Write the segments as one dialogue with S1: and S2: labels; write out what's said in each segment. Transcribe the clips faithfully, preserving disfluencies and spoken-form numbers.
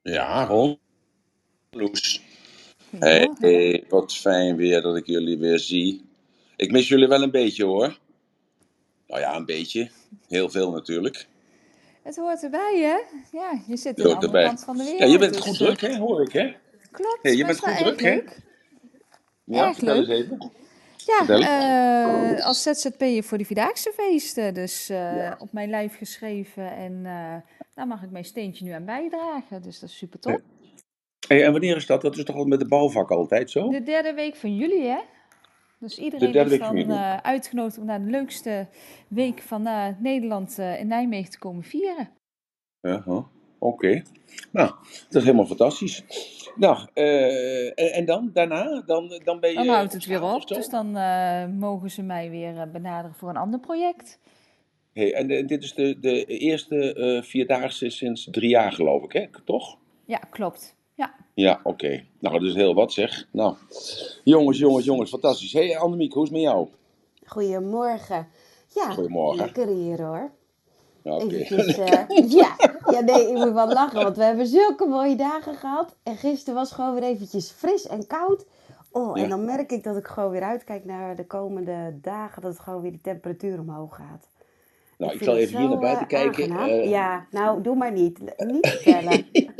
S1: Ja, Ron, Loes. Hey,
S2: Goedemorgen.
S1: wat fijn weer dat ik jullie weer zie. Ik mis jullie wel een beetje hoor. Nou ja, een beetje. Heel veel natuurlijk.
S2: Het hoort erbij, hè? Ja, je zit aan
S1: Zo
S2: de andere
S1: erbij.
S2: kant van de
S1: Ja, je
S2: wereld,
S1: bent goed
S2: dus... eh,
S1: druk hè, hoor ik hè. Hey,
S2: klopt,
S1: je
S2: maar het
S1: bent
S2: is wel
S1: goed
S2: erg
S1: druk hè.
S2: leuk.
S1: Ja,
S2: Erg
S1: vertel eens
S2: leuk.
S1: even.
S2: Ja,
S1: Vertel eens.
S2: eh, als Z Z P'er voor die Vierdaagse feesten. Dus eh,
S1: Ja.
S2: op mijn lijf geschreven en eh, daar mag ik mijn steentje nu aan bijdragen. Dus dat is super
S1: Hey,
S2: top.
S1: hey, en wanneer is dat? Dat is toch al met de bouwvak altijd zo?
S2: De derde week van juli, hè? Dus
S1: De
S2: iedereen
S1: derde
S2: is
S1: week van
S2: dan
S1: juli.
S2: eh, uitgenodigd om naar de leukste week van eh, Nederland eh, in Nijmegen te komen vieren.
S1: Ja, huh. Oké. Nou, dat is helemaal fantastisch. Nou, eh, en, en dan, daarna? Dan, dan ben
S2: Dan
S1: je
S2: houdt
S1: op
S2: het weer
S1: stap of
S2: op, dus
S1: zo?
S2: dan eh, mogen ze mij weer eh, benaderen voor een ander project.
S1: Hey, en eh, dit is de, de eerste eh, vierdaagse sinds drie jaar, geloof ik, hè? Toch?
S2: Ja, klopt. Ja,
S1: Ja, oké. Nou, dat is heel wat, zeg. Nou, jongens, jongens,
S2: dus... eh,
S1: jongens, fantastisch. Hé, hey, Annemiek, hoe is het met jou?
S3: Goedemorgen. Ja,
S1: Goedemorgen.
S3: lekker hier hoor.
S1: Ja, oké.
S3: Eventjes, eh, ja. Ja, nee, ik moet wel lachen, want we hebben zulke mooie dagen gehad. En gisteren was gewoon weer eventjes fris en koud. Oh, en
S1: Ja.
S3: dan merk ik dat ik gewoon weer uitkijk naar de komende dagen, dat het gewoon weer de temperatuur omhoog gaat.
S1: Nou,
S3: Ik
S1: ik
S3: vind
S1: zal
S3: het
S1: even hier naar
S3: zo
S1: buiten
S3: eh,
S1: kijken.
S3: aangenaam.
S1: eh.
S3: Ja, nou, doe maar niet. Niet vertellen.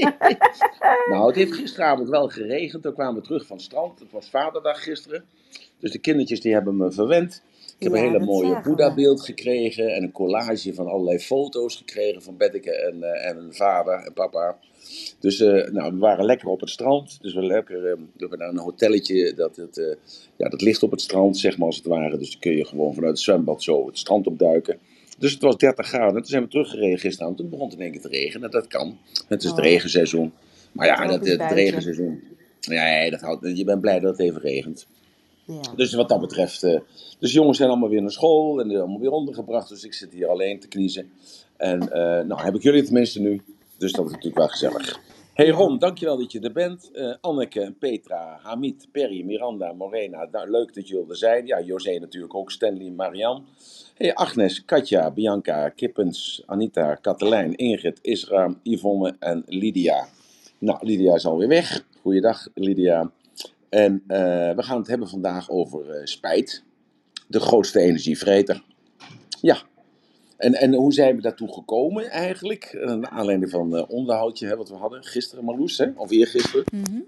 S1: Nou, het heeft gisteravond wel geregend. Toen kwamen we terug van het strand. Het was vaderdag gisteren. Dus de kindertjes die hebben me verwend. Ik heb een
S3: Ja,
S1: hele
S3: dat
S1: mooie
S3: zagen we.
S1: Boeddha-beeld gekregen. En een collage van allerlei foto's gekregen van Betteke en, eh, en mijn vader en papa. Dus eh, nou, we waren lekker op het strand. Dus we, lekker, eh, we hebben naar een hotelletje. Dat, het, eh, ja, dat ligt op het strand, zeg maar als het ware. Dus dan kun je gewoon vanuit het zwembad zo het strand opduiken. Dus het was dertig graden. Toen zijn we teruggereden gisteravond. Toen begon het in één keer te regenen. Dat kan. Het is het
S3: Oh,
S1: regenseizoen. Maar ja, dat,
S3: tropisch
S1: het
S3: buitje.
S1: regenseizoen. Nee, dat houdt, je bent blij dat het even regent.
S3: Ja.
S1: Dus wat dat betreft. eh, dus de jongens zijn allemaal weer naar school. En die zijn allemaal weer ondergebracht. Dus ik zit hier alleen te kniezen. En eh, nou heb ik jullie tenminste nu. Dus dat is natuurlijk wel gezellig. Hey Ron,
S3: Ja.
S1: dankjewel dat je er bent. Eh, Anneke, Petra, Hamid, Perry, Miranda, Morena. Nou, leuk dat jullie er zijn. Ja, José natuurlijk ook. Stanley, Marian. Hey Agnes, Katja, Bianca, Kippens, Anita, Katelijn, Ingrid, Isra, Yvonne en Lydia. Nou, Lydia is alweer weg. Goeiedag Lydia. En eh, we gaan het hebben vandaag over eh, spijt. De grootste energievreter. Ja, en, en hoe zijn we daartoe gekomen eigenlijk? Eh, Naar aanleiding van een onderhoudje hè, wat we hadden gisteren, Marloes, hè? Of eergisteren.
S2: Mhm,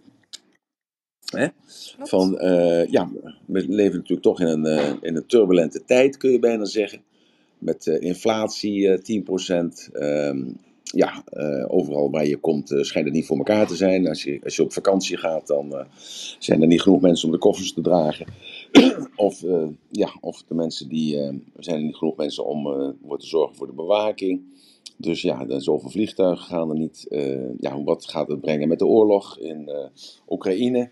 S1: Hè?
S2: klopt.
S1: Van, eh, ja, we leven natuurlijk toch in een, eh, in een turbulente tijd, kun je bijna zeggen. Met eh, inflatie eh, tien procent. Ehm, ja, eh, overal waar je komt eh, schijnt het niet voor elkaar te zijn. Als je, als je op vakantie gaat, dan eh, zijn er niet genoeg mensen om de koffers te dragen. Of, eh, ja, of de mensen die, eh, er zijn er niet genoeg mensen om eh, voor te zorgen voor de bewaking. Dus ja, er zoveel vliegtuigen gaan er niet. Eh, ja, wat gaat het brengen met de oorlog in eh, Oekraïne?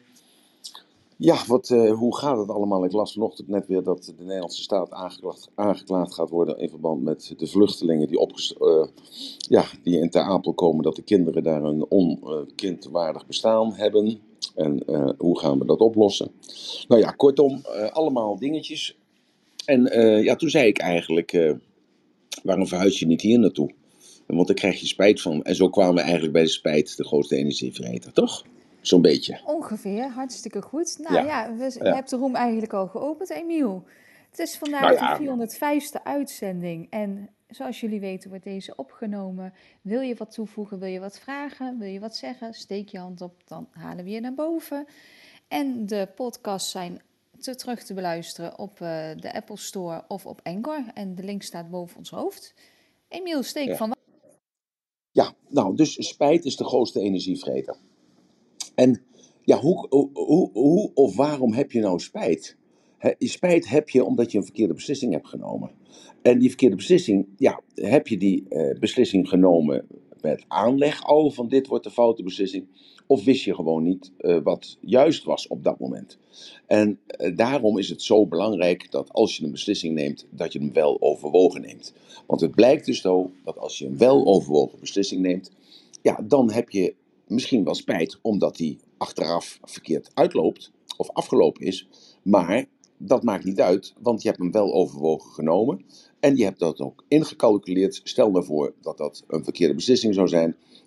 S1: Ja, wat, eh, hoe gaat het allemaal? Ik las vanochtend net weer dat de Nederlandse staat aangeklaagd, aangeklaagd gaat worden in verband met de vluchtelingen die, opges- eh, ja, die in Ter Apel komen, dat de kinderen daar een onkindwaardig bestaan hebben. En eh, hoe gaan we dat oplossen? Nou ja, kortom, eh, allemaal dingetjes. En eh, ja, toen zei ik eigenlijk, eh, waarom verhuis je niet hier naartoe? Want daar krijg je spijt van. En zo kwamen we eigenlijk bij de spijt, de grootste energievreter, toch? Zo'n beetje.
S2: Ongeveer, hartstikke goed. Nou
S1: Ja,
S2: ja, we, je
S1: ja.
S2: hebt de room eigenlijk al geopend, Emiel. Het is
S1: Nou
S2: vandaag de
S1: ja,
S2: vierhonderdvijfste uitzending en zoals jullie weten wordt deze opgenomen. Wil je wat toevoegen, wil je wat vragen, wil je wat zeggen, steek je hand op, dan halen we je naar boven. En de podcasts zijn te terug te beluisteren op uh, de Apple Store of op Anchor en de link staat boven ons hoofd. Emiel, steek
S1: ja.
S2: van
S1: Ja, nou, dus spijt is de grootste energievreter. En ja, hoe, hoe, hoe, hoe of waarom heb je nou spijt? He, spijt heb je omdat je een verkeerde beslissing hebt genomen. En die verkeerde beslissing, ja, heb je die uh, beslissing genomen met aanleg al van dit wordt de foute beslissing? Of wist je gewoon niet uh, wat juist was op dat moment? En uh, daarom is het zo belangrijk dat als je een beslissing neemt, dat je hem wel overwogen neemt. Want het blijkt dus zo dat als je een wel overwogen beslissing neemt, ja, dan heb je misschien wel spijt omdat die achteraf verkeerd uitloopt of afgelopen is. Maar dat maakt niet uit, want je hebt hem wel overwogen genomen. En je hebt dat ook ingecalculeerd. Stel nou voor dat dat een verkeerde beslissing zou zijn.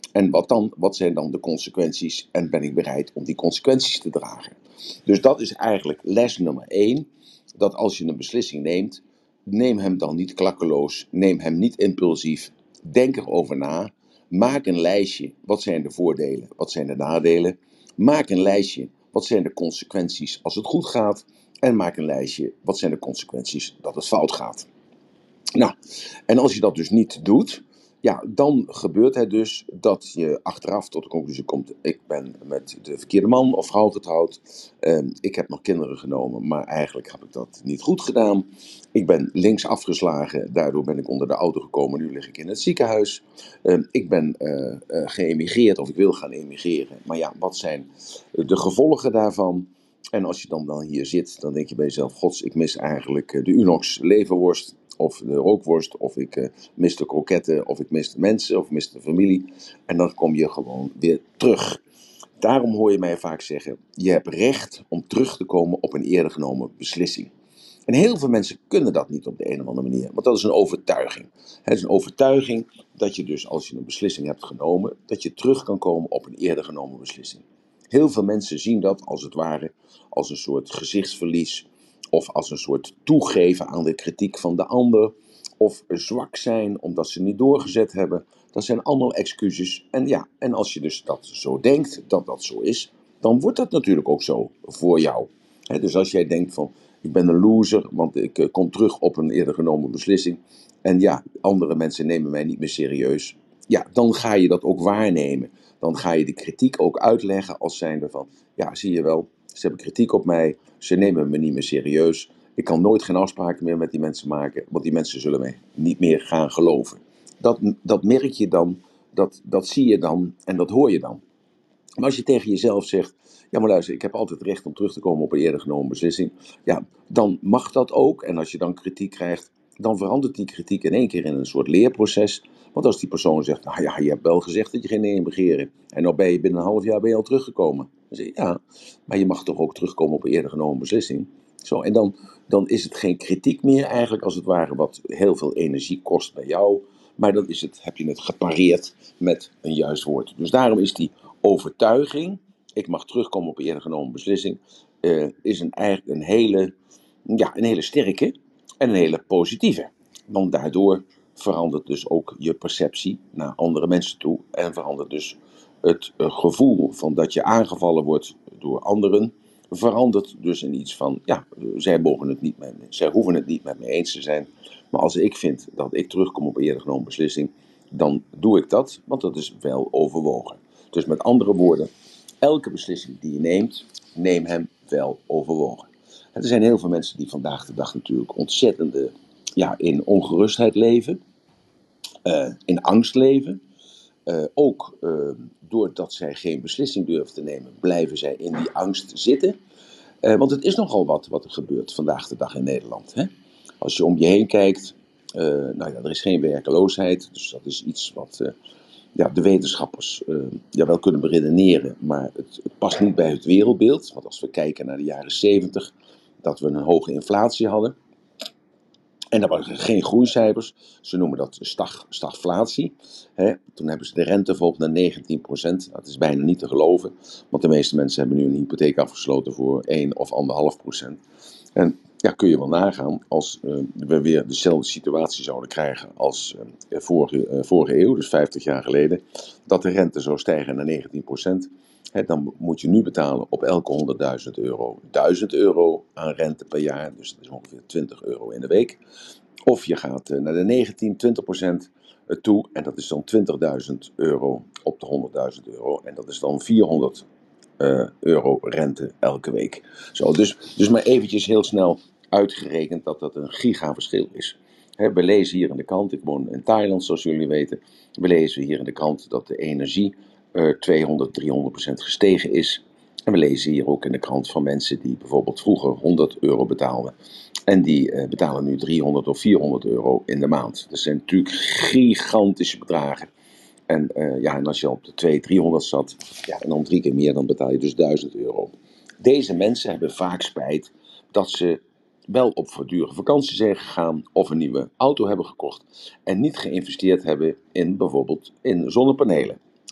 S1: En wat, dan, wat zijn dan de consequenties en ben ik bereid om die consequenties te dragen? Dus dat is eigenlijk les nummer één. Dat als je een beslissing neemt, neem hem dan niet klakkeloos, neem hem niet impulsief. Denk erover na. Maak een lijstje. Wat zijn de voordelen? Wat zijn de nadelen? Maak een lijstje. Wat zijn de consequenties als het goed gaat? En maak een lijstje. Wat zijn de consequenties dat het fout gaat? Nou, en als je dat dus niet doet, ja, dan gebeurt het dus dat je achteraf tot de conclusie komt: ik ben met de verkeerde man of vrouw getrouwd. Uh, ik heb nog kinderen genomen, maar eigenlijk heb ik dat niet goed gedaan. Ik ben links afgeslagen, daardoor ben ik onder de auto gekomen. Nu lig ik in het ziekenhuis. Uh, ik ben uh, uh, geëmigreerd of ik wil gaan emigreren. Maar ja, wat zijn de gevolgen daarvan? En als je dan, dan hier zit, dan denk je bij jezelf: gods, ik mis eigenlijk de Unox leverworst. Of de rookworst, of ik uh, mis de kroketten, of ik mis de mensen, of mis de familie. En dan kom je gewoon weer terug. Daarom hoor je mij vaak zeggen: je hebt recht om terug te komen op een eerder genomen beslissing. En heel veel mensen kunnen dat niet op de een of andere manier, want dat is een overtuiging. Het is een overtuiging dat je dus, als je een beslissing hebt genomen, dat je terug kan komen op een eerder genomen beslissing. Heel veel mensen zien dat als het ware als een soort gezichtsverlies, of als een soort toegeven aan de kritiek van de ander, of zwak zijn omdat ze niet doorgezet hebben. Dat zijn allemaal excuses. En ja, en als je dus dat zo denkt, dat dat zo is, dan wordt dat natuurlijk ook zo voor jou. He, dus als jij denkt van: ik ben een loser, want ik uh, kom terug op een eerder genomen beslissing. En ja, andere mensen nemen mij niet meer serieus. Ja, dan ga je dat ook waarnemen. Dan ga je de kritiek ook uitleggen als zijnde van: ja, zie je wel, ze hebben kritiek op mij, ze nemen me niet meer serieus. Ik kan nooit geen afspraken meer met die mensen maken, want die mensen zullen mij niet meer gaan geloven. Dat, dat merk je dan, dat, dat zie je dan en dat hoor je dan. Maar als je tegen jezelf zegt: ja, maar luister, ik heb altijd recht om terug te komen op een eerder genomen beslissing. Ja, dan mag dat ook. En als je dan kritiek krijgt, dan verandert die kritiek in één keer in een soort leerproces. Want als die persoon zegt: nou ja, je hebt wel gezegd dat je geen emigreren. En nou ben je binnen een half jaar ben je al teruggekomen. Dan zeg je: ja, maar je mag toch ook terugkomen op een eerder genomen beslissing. Zo, en dan, dan is het geen kritiek meer eigenlijk, als het ware, wat heel veel energie kost bij jou. Maar dan is het, heb je het gepareerd met een juist woord. Dus daarom is die overtuiging, ik mag terugkomen op een eerder genomen beslissing, uh, is een, eigenlijk een hele, ja, een hele sterke en een hele positieve. Want daardoor verandert dus ook je perceptie naar andere mensen toe. En verandert dus het uh, gevoel van dat je aangevallen wordt door anderen. Verandert dus in iets van: ja, zij mogen het niet met me, zij hoeven het niet met me eens te zijn. Maar als ik vind dat ik terugkom op een eerder genomen beslissing, dan doe ik dat, want dat is wel overwogen. Dus met andere woorden, elke beslissing die je neemt, neem hem wel overwogen. Er zijn heel veel mensen die vandaag de dag natuurlijk ontzettende, ja, in ongerustheid leven, uh, in angst leven. Uh, ook uh, doordat zij geen beslissing durven te nemen, blijven zij in die angst zitten. Uh, want het is nogal wat wat er gebeurt vandaag de dag in Nederland. Hè? Als je om je heen kijkt, uh, nou ja, er is geen werkeloosheid, dus dat is iets wat uh, ja, de wetenschappers uh, ja, wel kunnen beredeneren, maar het, het past niet bij het wereldbeeld. Want als we kijken naar de jaren zeventig, dat we een hoge inflatie hadden. En dat waren geen groeicijfers. Ze noemen dat stag, stagflatie. He, toen hebben ze de rente verhoogd naar negentien procent. Dat is bijna niet te geloven. Want de meeste mensen hebben nu een hypotheek afgesloten voor één of anderhalf procent. En ja, kun je wel nagaan als uh, we weer dezelfde situatie zouden krijgen als uh, vorige, uh, vorige eeuw, dus vijftig jaar geleden. Dat de rente zou stijgen naar negentien procent. He, dan moet je nu betalen op elke honderdduizend euro duizend euro aan rente per jaar. Dus dat is ongeveer twintig euro in de week. Of je gaat uh, naar de negentien, twintig procent toe. En dat is dan twintigduizend euro op de honderdduizend euro. En dat is dan vierhonderd uh, euro rente elke week. Zo, dus, dus maar eventjes heel snel uitgerekend dat dat een gigaverschil is. He, we lezen hier in de krant, ik woon in Thailand zoals jullie weten. We lezen hier in de krant dat de energie uh, tweehonderd, driehonderd procent gestegen is. En we lezen hier ook in de krant van mensen die bijvoorbeeld vroeger honderd euro betaalden. En die uh, betalen nu driehonderd of vierhonderd euro in de maand. Dat zijn natuurlijk gigantische bedragen. En, uh, ja, en als je op de tweehonderd, driehonderd zat, ja, en dan drie keer meer, dan betaal je dus duizend euro. Deze mensen hebben vaak spijt dat ze wel op voor dure vakantie zijn gegaan of een nieuwe auto hebben gekocht. En niet geïnvesteerd hebben in bijvoorbeeld in zonnepanelen.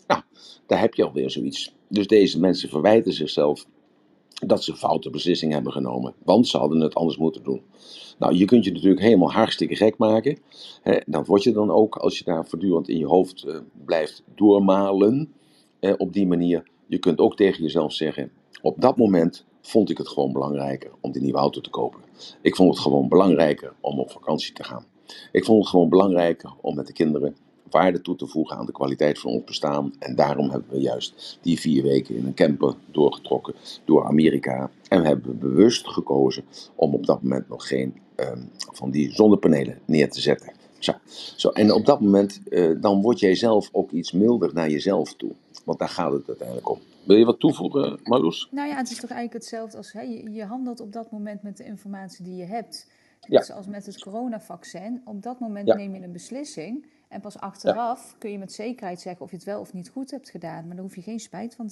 S1: Nou, daar heb je alweer zoiets. Dus deze mensen verwijten zichzelf dat ze foute beslissingen hebben genomen. Want ze hadden het anders moeten doen. Nou, je kunt je natuurlijk helemaal hartstikke gek maken. Hè, dat word je dan ook als je daar voortdurend in je hoofd uh, blijft doormalen. Eh, op die manier. Je kunt ook tegen jezelf zeggen, op dat moment vond ik het gewoon belangrijker om die nieuwe auto te kopen. Ik vond het gewoon belangrijker om op vakantie te gaan. Ik vond het gewoon belangrijker om met de kinderen waarde toe te voegen aan de kwaliteit van ons bestaan. En daarom hebben we juist die vier weken in een camper doorgetrokken door Amerika. En we hebben bewust gekozen om op dat moment nog geen um, van die zonnepanelen neer te zetten. Zo. Zo. En op dat moment, uh, dan word jij zelf ook iets milder naar jezelf toe. Want daar gaat het uiteindelijk om. Wil je wat toevoegen, Marloes?
S2: Nou ja, het is toch eigenlijk hetzelfde als hè, je, je handelt op dat moment met de informatie die je hebt.
S1: Ja.
S2: Zoals met het coronavaccin. Op dat moment
S1: Ja.
S2: neem je een beslissing. En pas achteraf
S1: Ja.
S2: kun je met zekerheid zeggen of je het wel of niet goed hebt gedaan. Maar daar hoef je geen spijt van te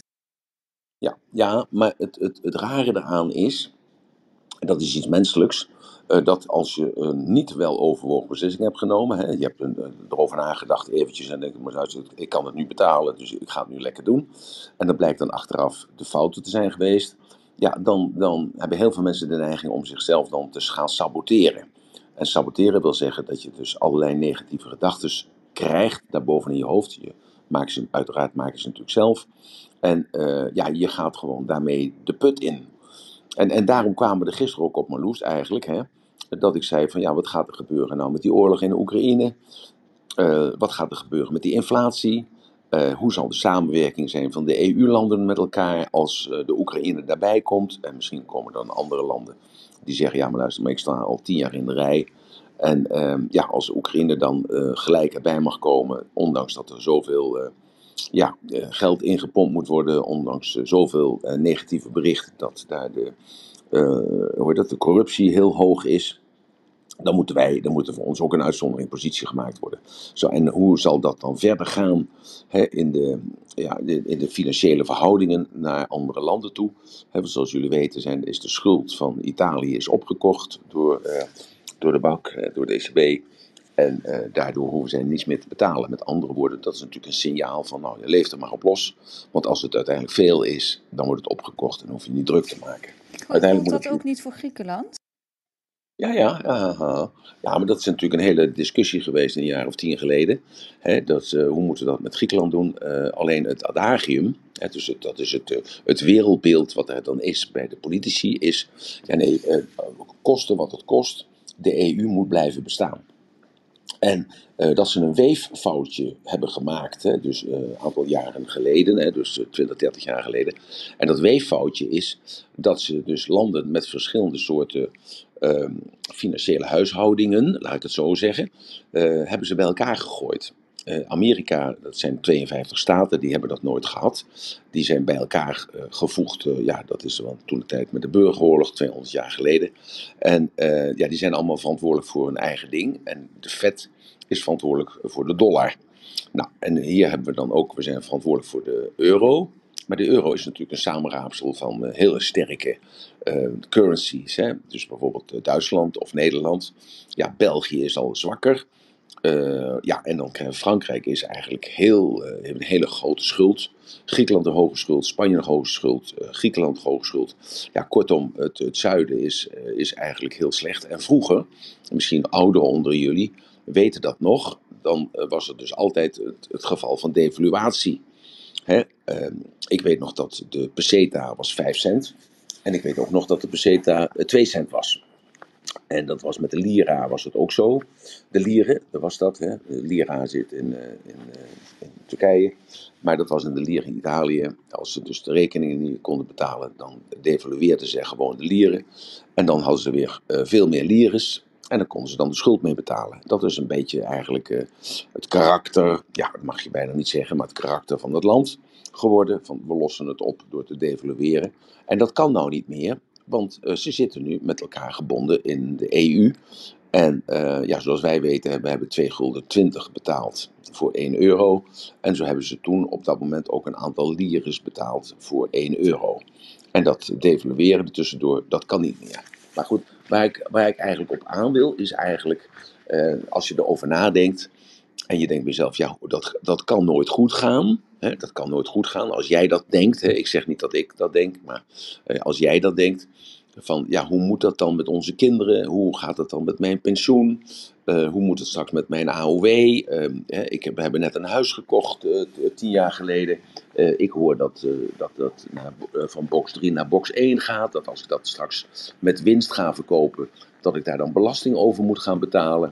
S1: Ja, ja, maar het, het, het rare eraan is, en dat is iets menselijks, uh, dat als je een niet wel overwogen beslissing hebt genomen, hè, je hebt een, uh, erover nagedacht eventjes en denkt, maar ik kan het nu betalen, dus ik ga het nu lekker doen. En dat blijkt dan achteraf de fouten te zijn geweest. Ja, dan, dan hebben heel veel mensen de neiging om zichzelf dan te gaan saboteren. En saboteren wil zeggen dat je dus allerlei negatieve gedachten krijgt daarboven in je hoofd. Je maakt ze, uiteraard maak je ze natuurlijk zelf. En uh, ja, je gaat gewoon daarmee de put in. En, en daarom kwamen we er gisteren ook op, Marloes, eigenlijk. Hè, dat ik zei van ja, wat gaat er gebeuren nou met die oorlog in de Oekraïne? Uh, wat gaat er gebeuren met die inflatie? Uh, hoe zal de samenwerking zijn van de E U-landen met elkaar als uh, de Oekraïne daarbij komt? En misschien komen dan andere landen die zeggen ja, maar luister, maar ik sta al tien jaar in de rij. En uh, ja, als de Oekraïne dan uh, gelijk erbij mag komen, ondanks dat er zoveel uh, ja, uh, geld ingepompt moet worden, ondanks uh, zoveel uh, negatieve berichten dat daar de, uh, hoe heet dat, de corruptie heel hoog is. Dan moeten wij, dan moet er voor ons ook een uitzondering positie gemaakt worden. Zo, en hoe zal dat dan verder gaan hè, in, de, ja, de, in de financiële verhoudingen naar andere landen toe? Hè, zoals jullie weten zijn, is de schuld van Italië is opgekocht door, uh, door de bank, uh, door de E C B. En uh, daardoor hoeven zij niets meer te betalen. Met andere woorden, dat is natuurlijk een signaal van, nou, je leeft er maar op los. Want als het uiteindelijk veel is, dan wordt het opgekocht en hoef je niet druk te maken.
S2: Uiteindelijk moet dat het... ook niet voor Griekenland?
S1: Ja, ja, ja, ja, maar dat is natuurlijk een hele discussie geweest een jaar of tien geleden. Hè, dat, uh, hoe moeten we dat met Griekenland doen? Uh, alleen het adagium, hè, dus het, dat is het, uh, het wereldbeeld wat er dan is bij de politici, is, ja nee, uh, koste wat het kost, de E U moet blijven bestaan. En uh, dat ze een weeffoutje hebben gemaakt, hè, dus uh, een aantal jaren geleden, hè, dus uh, twintig, dertig jaar geleden. En dat weeffoutje is dat ze dus landen met verschillende soorten uh, financiële huishoudingen, laat ik het zo zeggen, uh, hebben ze bij elkaar gegooid. Uh, Amerika, dat zijn tweeënvijftig staten, die hebben dat nooit gehad. Die zijn bij elkaar uh, gevoegd, uh, ja, dat is toen de tijd met de burgeroorlog, tweehonderd jaar geleden. En uh, ja, die zijn allemaal verantwoordelijk voor hun eigen ding. En de Fed is verantwoordelijk voor de dollar. Nou, en hier hebben we dan ook, we zijn verantwoordelijk voor de euro. Maar de euro is natuurlijk een samenraapsel van uh, hele sterke uh, currencies. Hè? Dus bijvoorbeeld uh, Duitsland of Nederland. Ja, België is al zwakker. Uh, ja, en dan krijgen Frankrijk is eigenlijk heel, uh, heeft een hele grote schuld. Griekenland een hoge schuld, Spanje een hoge schuld, uh, Griekenland een hoge schuld. Ja, kortom, het, het zuiden is, uh, is eigenlijk heel slecht. En vroeger, misschien ouderen onder jullie weten dat nog, dan uh, was het dus altijd het, het geval van devaluatie. Hè? Uh, ik weet nog dat de peseta was vijf cent. En ik weet ook nog dat de peseta uh, twee cent was. En dat was met de lira was het ook zo. De lieren, dat was dat. Hè? De lira zit in, uh, in, uh, in Turkije. Maar dat was in de lieren in Italië. Als ze dus de rekeningen niet konden betalen, dan devalueerden ze gewoon de lieren. En dan hadden ze weer uh, veel meer lires. En dan konden ze dan de schuld mee betalen. Dat is een beetje eigenlijk uh, het karakter, ja, dat mag je bijna niet zeggen, maar het karakter van het land geworden. Van we lossen het op door te devalueren. En dat kan nou niet meer. Want uh, ze zitten nu met elkaar gebonden in de E U. En uh, ja, zoals wij weten, we hebben twee gulden twintig betaald voor één euro. En zo hebben ze toen op dat moment ook een aantal lires betaald voor één euro. En dat devalueren er tussendoor, dat kan niet meer. Maar goed, waar ik, waar ik eigenlijk op aan wil, is eigenlijk, uh, als je erover nadenkt en je denkt bij jezelf, ja, dat, dat kan nooit goed gaan. Hè, dat kan nooit goed gaan. Als jij dat denkt, hè, ik zeg niet dat ik dat denk, maar eh, als jij dat denkt, van ja, hoe moet dat dan met onze kinderen? Hoe gaat het dan met mijn pensioen? Uh, hoe moet het straks met mijn A O W? Uh, hè, ik heb, we hebben net een huis gekocht, uh, t- tien jaar geleden. Uh, ik hoor dat uh, dat, dat naar, uh, van box drie naar box één gaat. Dat als ik dat straks met winst ga verkopen, dat ik daar dan belasting over moet gaan betalen.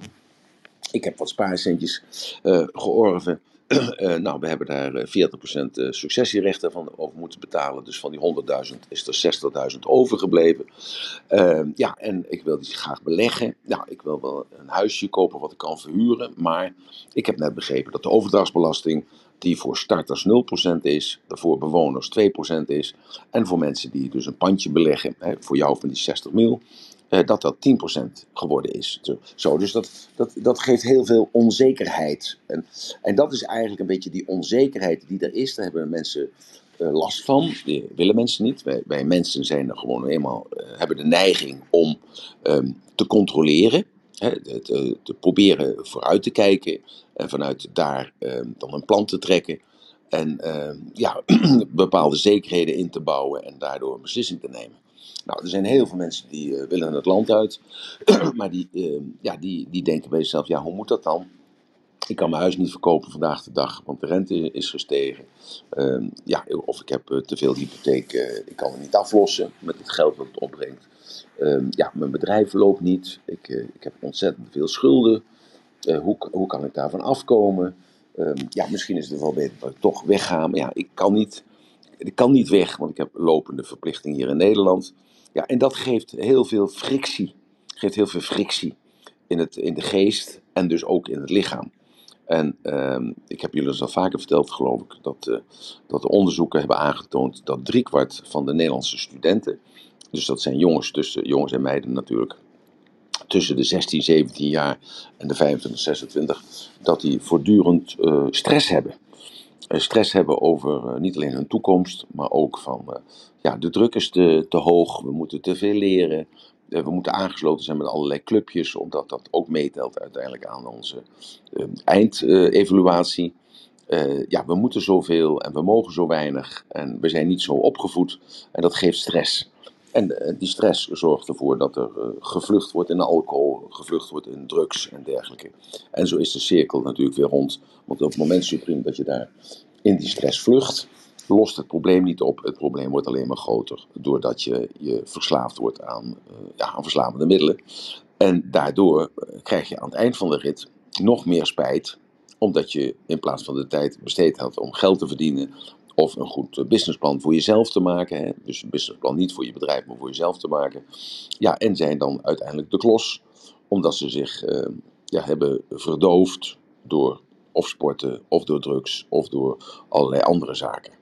S1: Ik heb wat spaarcentjes uh, georven. Uh, nou, we hebben daar uh, veertig procent uh, successierechten van over moeten betalen. Dus van die honderdduizend is er zestigduizend overgebleven. Uh, ja, en ik wil die graag beleggen. Nou, ik wil wel een huisje kopen wat ik kan verhuren. Maar ik heb net begrepen dat de overdrachtsbelasting, die voor starters nul procent is, voor bewoners twee procent is. En voor mensen die dus een pandje beleggen, hè, voor jou van die zestig mil, Uh, dat dat tien procent geworden is. Zo, dus dat, dat, dat geeft heel veel onzekerheid. En, en dat is eigenlijk een beetje die onzekerheid die er is. Daar hebben mensen uh, last van. Die willen mensen niet. Wij, wij mensen zijn er gewoon eenmaal, uh, hebben de neiging om um, te controleren. Hè, te, te proberen vooruit te kijken. En vanuit daar uh, dan een plan te trekken. En uh, ja, bepaalde zekerheden in te bouwen en daardoor een beslissing te nemen. Nou, er zijn heel veel mensen die uh, willen het land uit, maar die, uh, ja, die, die denken bij zichzelf, ja, hoe moet dat dan? Ik kan mijn huis niet verkopen vandaag de dag, want de rente is gestegen. Uh, ja, of ik heb uh, te veel hypotheek, uh, ik kan het niet aflossen met het geld dat het opbrengt. Uh, ja, mijn bedrijf loopt niet, ik, uh, ik heb ontzettend veel schulden. Uh, hoe, hoe kan ik daarvan afkomen? Uh, ja, misschien is het wel beter dat ik toch wegga, maar ja, ik kan niet... Ik kan niet weg, want ik heb lopende verplichting hier in Nederland. Ja, en dat geeft heel veel frictie. Geeft heel veel frictie in, het, in de geest en dus ook in het lichaam. En uh, ik heb jullie dus al vaker verteld, geloof ik, dat, uh, dat de onderzoeken hebben aangetoond dat driekwart van de Nederlandse studenten, dus dat zijn jongens, tussen, jongens en meiden natuurlijk, tussen de zestien, zeventien jaar en de vijfentwintig, zesentwintig, dat die voortdurend uh, stress hebben. Stress hebben over uh, niet alleen hun toekomst, maar ook van uh, ja, de druk is te, te hoog, we moeten te veel leren, uh, we moeten aangesloten zijn met allerlei clubjes, omdat dat ook meetelt uiteindelijk aan onze uh, eindevaluatie. Uh, ja, we moeten zoveel en we mogen zo weinig en we zijn niet zo opgevoed en dat geeft stress. En uh, die stress zorgt ervoor dat er uh, gevlucht wordt in alcohol, gevlucht wordt in drugs en dergelijke. En zo is de cirkel natuurlijk weer rond. Want op het moment supreme dat je daar in die stress vlucht, lost het probleem niet op. Het probleem wordt alleen maar groter. Doordat je, je verslaafd wordt aan, uh, ja, aan verslavende middelen. En daardoor uh, krijg je aan het eind van de rit nog meer spijt. Omdat je in plaats van de tijd besteed had om geld te verdienen. Of een goed businessplan voor jezelf te maken. Hè? Dus een businessplan niet voor je bedrijf, maar voor jezelf te maken. Ja, en zijn dan uiteindelijk de klos. Omdat ze zich uh, ja, hebben verdoofd door of sporten, of door drugs, of door allerlei andere zaken.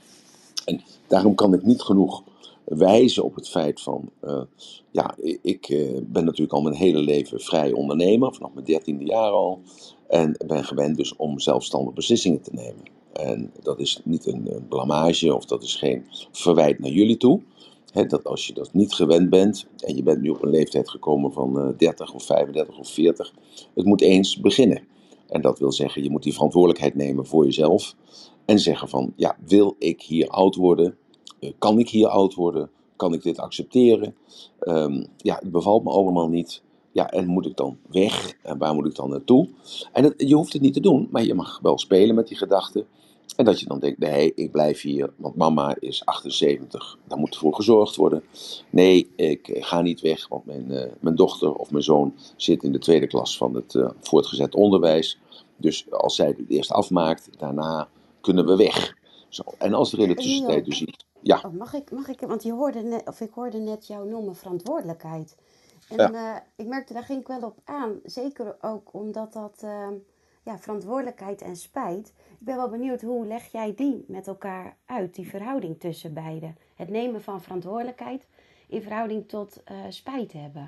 S1: En daarom kan ik niet genoeg wijzen op het feit van... Uh, ja, ik uh, ben natuurlijk al mijn hele leven vrij ondernemer. Vanaf mijn dertiende jaar al. En ben gewend dus om zelfstandig beslissingen te nemen. En dat is niet een, een blamage of dat is geen verwijt naar jullie toe. He, dat als je dat niet gewend bent en je bent nu op een leeftijd gekomen van uh, dertig of vijfendertig of veertig. Het moet eens beginnen. En dat wil zeggen, je moet die verantwoordelijkheid nemen voor jezelf. En zeggen van, ja, wil ik hier oud worden? Uh, kan ik hier oud worden? Kan ik dit accepteren? Um, ja, het bevalt me allemaal niet. Ja, en moet ik dan weg? En waar moet ik dan naartoe? En het, je hoeft het niet te doen, maar je mag wel spelen met die gedachten. En dat je dan denkt, nee, ik blijf hier, want mama is achtenzeventig, daar moet voor gezorgd worden. Nee, ik ga niet weg, want mijn, uh, mijn dochter of mijn zoon zit in de tweede klas van het uh, voortgezet onderwijs. Dus als zij het eerst afmaakt, daarna kunnen we weg. Zo. En als er in de tussentijd dus iets... Ja.
S3: Oh, mag ik, mag ik, want je hoorde net, of ik hoorde net jou noemen verantwoordelijkheid. En
S1: Ja.
S3: uh, ik merkte, daar ging ik wel op aan. Zeker ook omdat dat, uh, ja, verantwoordelijkheid en spijt. Ik ben wel benieuwd, hoe leg jij die met elkaar uit, die verhouding tussen beiden? Het nemen van verantwoordelijkheid in verhouding tot uh, spijt hebben.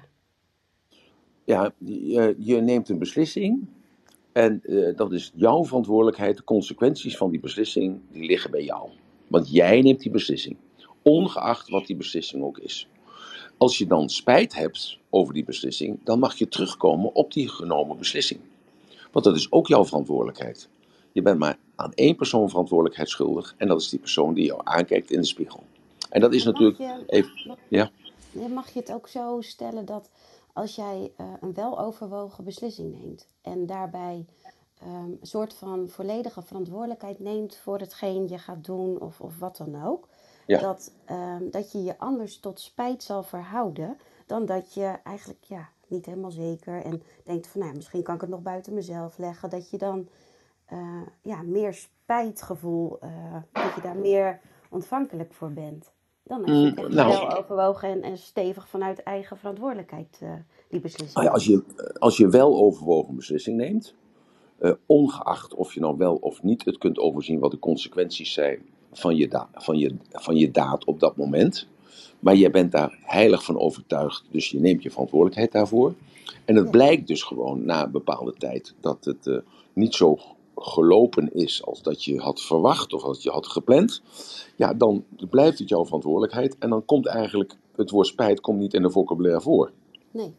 S1: Ja, je, je neemt een beslissing en uh, dat is jouw verantwoordelijkheid. De consequenties van die beslissing, die liggen bij jou. Want jij neemt die beslissing, ongeacht wat die beslissing ook is. Als je dan spijt hebt over die beslissing, dan mag je terugkomen op die genomen beslissing. Want dat is ook jouw verantwoordelijkheid. Je bent maar aan één persoon verantwoordelijkheid schuldig. En dat is die persoon die jou aankijkt in de spiegel. En dat is
S3: Mag
S1: natuurlijk
S3: je,
S1: even...
S3: mag,
S1: Ja?
S3: mag je het ook zo stellen dat als jij uh, een weloverwogen beslissing neemt en daarbij um, een soort van volledige verantwoordelijkheid neemt voor hetgeen je gaat doen of, of wat dan ook,
S1: Ja.
S3: dat, um, dat je je anders tot spijt zal verhouden dan dat je eigenlijk ja, niet helemaal zeker en denkt van nou, misschien kan ik het nog buiten mezelf leggen, dat je dan uh, ja, meer spijtgevoel, uh, dat je daar meer ontvankelijk voor bent. Dan als je het
S1: Mm,
S3: echt
S1: nou,
S3: wel overwogen en, en stevig vanuit eigen verantwoordelijkheid uh, die beslissing
S1: nou ja, als,
S3: neemt.
S1: je, als je wel overwogen beslissing neemt, uh, ongeacht of je nou wel of niet het kunt overzien wat de consequenties zijn van je, da- van je, van je daad op dat moment. Maar je bent daar heilig van overtuigd, dus je neemt je verantwoordelijkheid daarvoor. En het
S3: Ja.
S1: blijkt dus gewoon na een bepaalde tijd dat het uh, niet zo gelopen is als dat je had verwacht of als je had gepland. Ja, dan blijft het jouw verantwoordelijkheid en dan komt eigenlijk het woord spijt komt niet in de vocabulaire voor.
S3: Nee.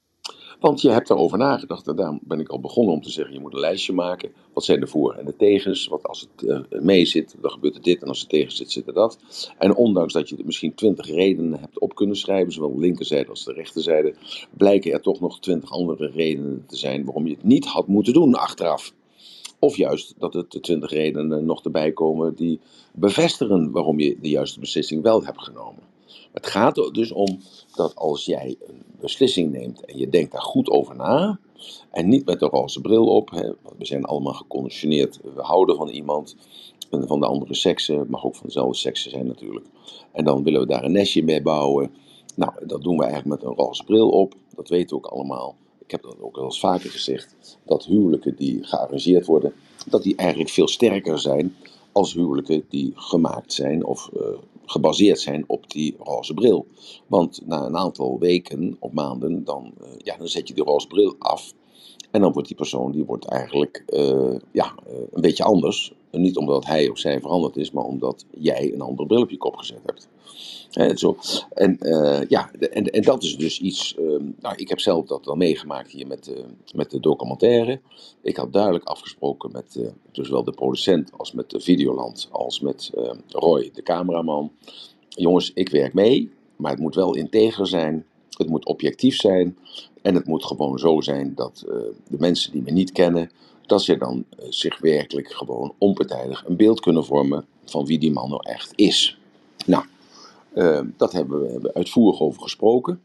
S1: Want je hebt daarover nagedacht en daarom ben ik al begonnen om te zeggen, je moet een lijstje maken. Wat zijn de voor- en de tegens? Wat als het uh, mee zit, dan gebeurt er dit en als het tegen zit, zit er dat. En ondanks dat je er misschien twintig redenen hebt op kunnen schrijven, zowel de linkerzijde als de rechterzijde, blijken er toch nog twintig andere redenen te zijn waarom je het niet had moeten doen achteraf. Of juist dat er twintig redenen nog erbij komen die bevestigen waarom je de juiste beslissing wel hebt genomen. Het gaat er dus om dat als jij een beslissing neemt en je denkt daar goed over na, en niet met de roze bril op, hè, we zijn allemaal geconditioneerd, we houden van iemand, van de andere sekse, mag ook van dezelfde sekse zijn natuurlijk. En dan willen we daar een nestje mee bouwen. Nou, dat doen we eigenlijk met een roze bril op, dat weten we ook allemaal. Ik heb dat ook wel eens vaker gezegd, dat huwelijken die gearrangeerd worden, dat die eigenlijk veel sterker zijn als huwelijken die gemaakt zijn of uh, gebaseerd zijn op die roze bril. Want na een aantal weken of maanden, dan, uh, ja, dan zet je die roze bril af. En dan wordt die persoon die wordt eigenlijk uh, ja, uh, een beetje anders. En niet omdat hij of zij veranderd is, maar omdat jij een andere bril op je kop gezet hebt. He, zo. En, uh, ja, en, en dat is dus iets. Uh, nou, ik heb zelf dat wel meegemaakt hier met, uh, met de documentaire. Ik had duidelijk afgesproken met uh, zowel de producent als met de Videoland, als met uh, Roy, de cameraman. Jongens, ik werk mee, maar het moet wel integer zijn. Het moet objectief zijn. En het moet gewoon zo zijn dat uh, de mensen die me niet kennen, dat ze dan uh, zich werkelijk gewoon onpartijdig een beeld kunnen vormen van wie die man nou echt is. Nou. Uh, dat hebben we, hebben uitvoerig over gesproken.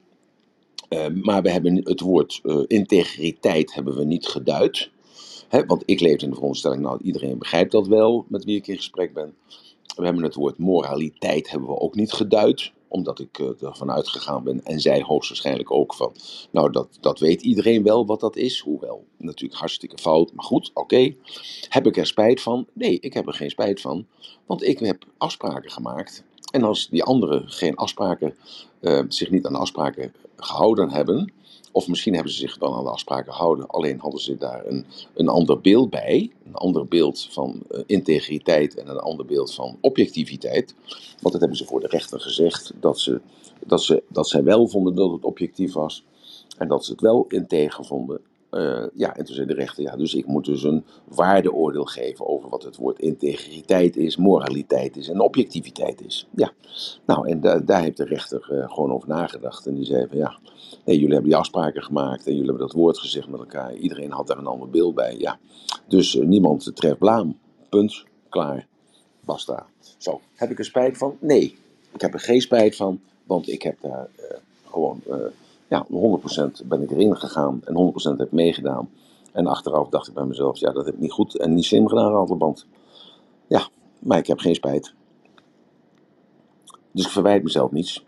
S1: Uh, maar we hebben het woord uh, integriteit hebben we niet geduid. Hè, want ik leef in de veronderstelling, nou iedereen begrijpt dat wel met wie ik in gesprek ben. We hebben het woord moraliteit hebben we ook niet geduid. Omdat ik uh, ervan uitgegaan ben en zij hoogstwaarschijnlijk ook van. Nou dat, dat weet iedereen wel wat dat is. Hoewel natuurlijk hartstikke fout. Maar goed, oké. Okay. Heb ik er spijt van? Nee, ik heb er geen spijt van. Want ik heb afspraken gemaakt. En als die anderen geen afspraken, uh, zich niet aan de afspraken gehouden hebben, of misschien hebben ze zich wel aan de afspraken gehouden, alleen hadden ze daar een, een ander beeld bij, een ander beeld van uh, integriteit en een ander beeld van objectiviteit. Want dat hebben ze voor de rechter gezegd, dat, ze, dat, ze, dat zij wel vonden dat het objectief was en dat ze het wel integer vonden. Uh, ja, en toen zei de rechter, ja, dus ik moet dus een waardeoordeel geven over wat het woord integriteit is, moraliteit is en objectiviteit is. Ja, nou, en da- daar heeft de rechter uh, gewoon over nagedacht. En die zei van, ja, nee, jullie hebben die afspraken gemaakt en jullie hebben dat woord gezegd met elkaar. Iedereen had daar een ander beeld bij, ja. Dus uh, niemand treft blaam. Punt. Klaar. Basta. Zo, heb ik er spijt van? Nee, ik heb er geen spijt van, want ik heb daar uh, gewoon... Uh, Ja, honderd procent ben ik erin gegaan en honderd procent heb ik meegedaan. En achteraf dacht ik bij mezelf, ja, dat heb ik niet goed en niet slim gedaan, Ratelband. Ja, maar ik heb geen spijt. Dus ik verwijt mezelf niets.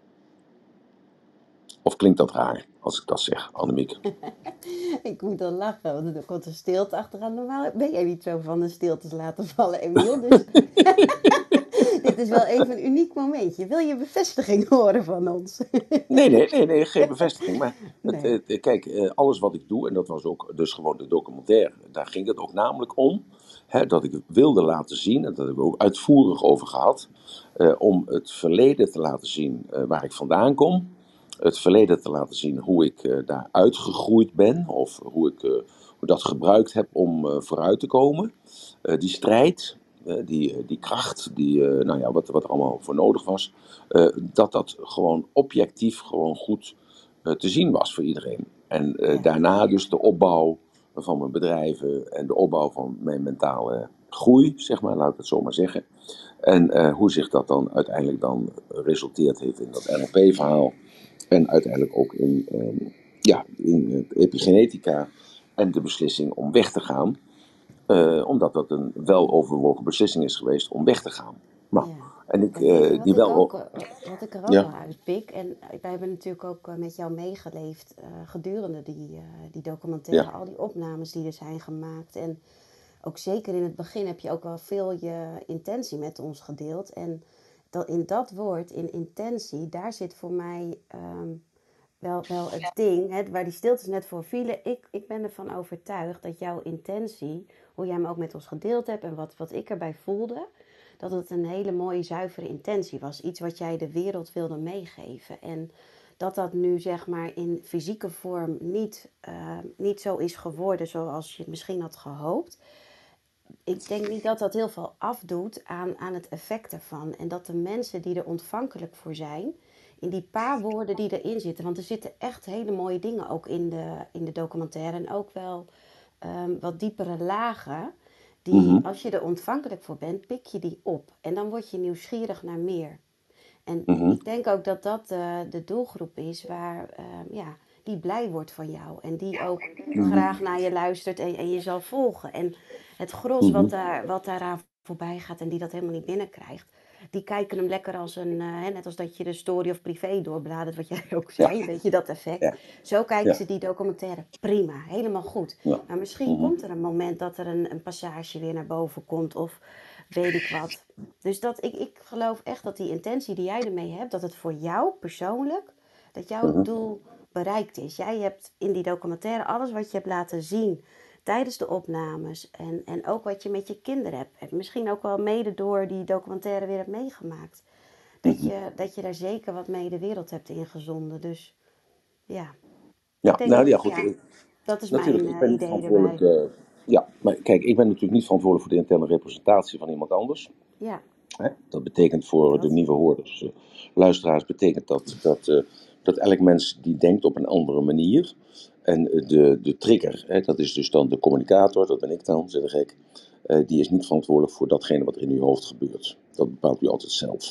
S1: Of klinkt dat raar, als ik dat zeg, Annemiek?
S3: Ik moet dan lachen, want er komt een stilte achteraan. Normaal ben jij niet zo van de stiltes laten vallen, Emiel. Dus dit is wel even een uniek momentje. Wil je bevestiging horen van ons?
S1: Nee, nee, nee, nee, geen bevestiging. Maar het,
S3: Nee.
S1: het, kijk, alles wat ik doe, en dat was ook dus gewoon de documentaire, daar ging het ook namelijk om, hè, dat ik wilde laten zien, en dat hebben we ook uitvoerig over gehad, uh, om het verleden te laten zien uh, waar ik vandaan kom. Het verleden te laten zien hoe ik uh, daar uitgegroeid ben, of hoe ik, uh, hoe dat gebruikt heb om uh, vooruit te komen. Uh, die strijd, uh, die, die kracht, die, uh, nou ja, wat, wat er allemaal voor nodig was. Uh, dat dat gewoon objectief gewoon goed uh, te zien was voor iedereen. En uh,
S3: Ja.
S1: daarna dus de opbouw van mijn bedrijven en de opbouw van mijn mentale groei, zeg maar, laat ik het zo maar zeggen. En uh, hoe zich dat dan uiteindelijk dan resulteert heeft in dat N L P-verhaal. En uiteindelijk ook in, um, ja, in epigenetica en de beslissing om weg te gaan. Uh, omdat dat een weloverwogen beslissing is geweest om weg te gaan. Nou,
S3: Ja.
S1: en ik,
S3: En weet je
S1: uh,
S3: wat,
S1: die
S3: ik
S1: wel...
S3: ook, wat ik er ook
S1: Ja.
S3: wel uitpik, en wij hebben natuurlijk ook met jou meegeleefd uh, gedurende die, uh, die documentaire,
S1: Ja.
S3: al die opnames die er zijn gemaakt. En ook zeker in het begin heb je ook wel veel je intentie met ons gedeeld. En dat, in dat woord, in intentie, daar zit voor mij um, wel, wel het ding, hè, waar die stiltes net voor vielen. Ik, ik ben ervan overtuigd dat jouw intentie, hoe jij hem ook met ons gedeeld hebt en wat, wat ik erbij voelde, dat het een hele mooie, zuivere intentie was. Iets wat jij de wereld wilde meegeven. En dat dat nu zeg maar in fysieke vorm niet, uh, niet zo is geworden zoals je het misschien had gehoopt. Ik denk niet dat dat heel veel afdoet aan, aan het effect ervan. En dat de mensen die er ontvankelijk voor zijn, in die paar woorden die erin zitten, want er zitten echt hele mooie dingen ook in de, in de documentaire en ook wel um, wat diepere lagen, die
S1: Mm-hmm.
S3: als je er ontvankelijk voor bent, pik je die op. En dan word je nieuwsgierig naar meer. En
S1: Mm-hmm.
S3: ik denk ook dat dat uh, de doelgroep is waar, uh, ja, die blij wordt van jou. En die ook
S1: Mm-hmm.
S3: graag naar je luistert en, en je zal volgen. En het gros
S1: Mm-hmm.
S3: wat, daar, wat daaraan voorbij gaat en die dat helemaal niet binnenkrijgt, die kijken hem lekker als een, uh, hè, net als dat je de story of privé doorbladert, wat jij ook zei,
S1: Ja.
S3: weet je, dat effect.
S1: Ja.
S3: Zo kijken
S1: Ja.
S3: ze die documentaire. Prima, helemaal goed.
S1: Ja.
S3: Maar misschien
S1: Mm-hmm.
S3: komt er een moment dat er een, een passage weer naar boven komt of weet ik wat. Dus dat, ik, ik geloof echt dat die intentie die jij ermee hebt, dat het voor jou persoonlijk, dat jouw
S1: Mm-hmm.
S3: doel bereikt is. Jij hebt in die documentaire alles wat je hebt laten zien tijdens de opnames en, en ook wat je met je kinderen hebt. En misschien ook wel mede door die documentaire weer hebt meegemaakt. Dat,
S1: Mm-hmm.
S3: je, dat je daar zeker wat mee de wereld hebt ingezonden. Dus ja,
S1: Ja,
S3: ik denk
S1: nou
S3: dat,
S1: ja, goed.
S3: ja, dat is
S1: Natuurlijk,
S3: mijn
S1: ik
S3: uh,
S1: ben niet
S3: idee
S1: verantwoordelijk.
S3: erbij.
S1: Uh, ja, maar kijk, ik ben natuurlijk niet verantwoordelijk voor de interne representatie van iemand anders.
S3: Ja,
S1: Hè? Dat betekent voor
S3: dat.
S1: de nieuwe hoorders, uh, luisteraars, betekent dat, dat, uh, dat elk mens die denkt op een andere manier. En uh, de, de trigger, hè, dat is dus dan de communicator, dat ben ik dan, zeg ik, uh, die is niet verantwoordelijk voor datgene wat er in uw hoofd gebeurt. Dat bepaalt u altijd zelf.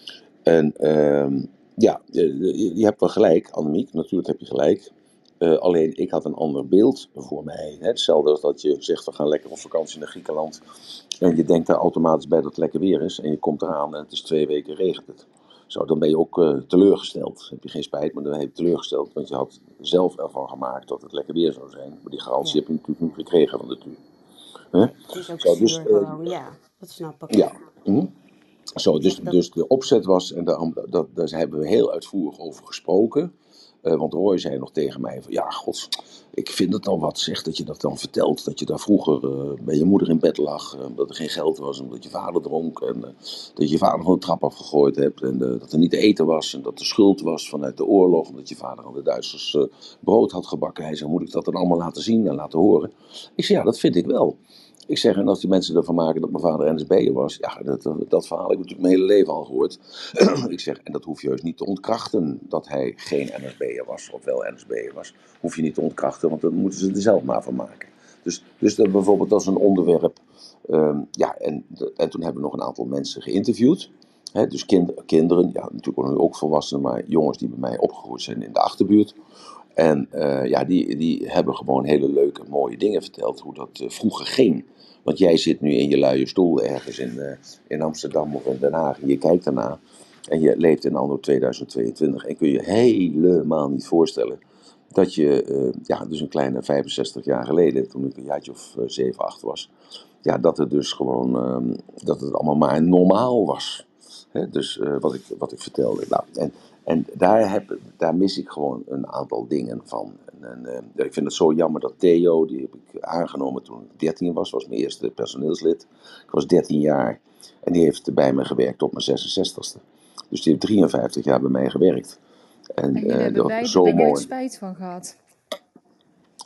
S1: En uh, ja, je, je hebt wel gelijk, Annemiek, natuurlijk heb je gelijk. Uh, alleen ik had een ander beeld voor mij. Hè? Hetzelfde als dat je zegt, we gaan lekker op vakantie naar Griekenland. En je denkt daar automatisch bij dat het lekker weer is. En je komt eraan en het is twee weken regent het. Zo, dan ben je ook uh, teleurgesteld. Dan heb je geen spijt, maar dan ben je teleurgesteld. Want je had zelf ervan gemaakt dat het lekker weer zou zijn. Maar die garantie
S3: Ja.
S1: heb je natuurlijk niet gekregen van de natuur. Huh?
S3: Nee, het is ook
S1: Zo,
S3: zuur
S1: dus, uh,
S3: gewoon, ja, dat snap ik.
S1: ja. Hm? Zo,
S3: Ik
S1: dus,
S3: zeg dat,
S1: dus de opzet was, en daar, dat, daar hebben we heel uitvoerig over gesproken. Uh, want Roy zei nog tegen mij van, ja, gods, ik vind het dan wat, zeg, dat je dat dan vertelt. Dat je daar vroeger uh, bij je moeder in bed lag, uh, omdat er geen geld was, omdat je vader dronk. En uh, dat je je vader van de trap afgegooid hebt. En uh, dat er niet te eten was en dat er schuld was vanuit de oorlog. Omdat je vader aan de Duitsers uh, brood had gebakken. Hij zei, moet ik dat dan allemaal laten zien en laten horen? Ik zei, ja, dat vind ik wel. Ik zeg, en als die mensen ervan maken dat mijn vader N S B'er was, ja, dat, dat verhaal heb ik natuurlijk mijn hele leven al gehoord. Ik zeg, en dat hoef je juist niet te ontkrachten, dat hij geen N S B'er was, of wel N S B'er was. Hoef je niet te ontkrachten, want dan moeten ze er zelf maar van maken. Dus, dus dat bijvoorbeeld, dat is een onderwerp. Um, ja, en, en toen hebben we nog een aantal mensen geïnterviewd. He, dus kind, kinderen, ja, natuurlijk ook volwassenen, maar jongens die bij mij opgegroeid zijn in de achterbuurt. En uh, ja, die, die hebben gewoon hele leuke, mooie dingen verteld, hoe dat uh, vroeger ging. Want jij zit nu in je luie stoel ergens in, uh, in Amsterdam of in Den Haag en je kijkt daarna. En je leeft in anno tweeduizend tweeëntwintig en kun je helemaal niet voorstellen dat je, uh, ja, dus een kleine vijfenzestig jaar geleden, toen ik een jaartje of uh, zeven, acht was, ja, dat het dus gewoon, uh, dat het allemaal maar normaal was. Hè? Dus uh, wat, ik, wat ik vertelde. Nou, en en daar, heb, daar mis ik gewoon een aantal dingen van. En, en, uh, ik vind het zo jammer dat Theo, die heb ik aangenomen toen ik dertien was, was mijn eerste personeelslid. Ik was dertien jaar en die heeft bij me gewerkt tot mijn zesenzestigste. Dus die heeft drieënvijftig jaar bij mij gewerkt. En,
S2: En jullie
S1: uh,
S2: hebben
S1: dat
S2: beiden
S1: zo
S2: er nooit
S1: mooi.
S2: spijt van gehad.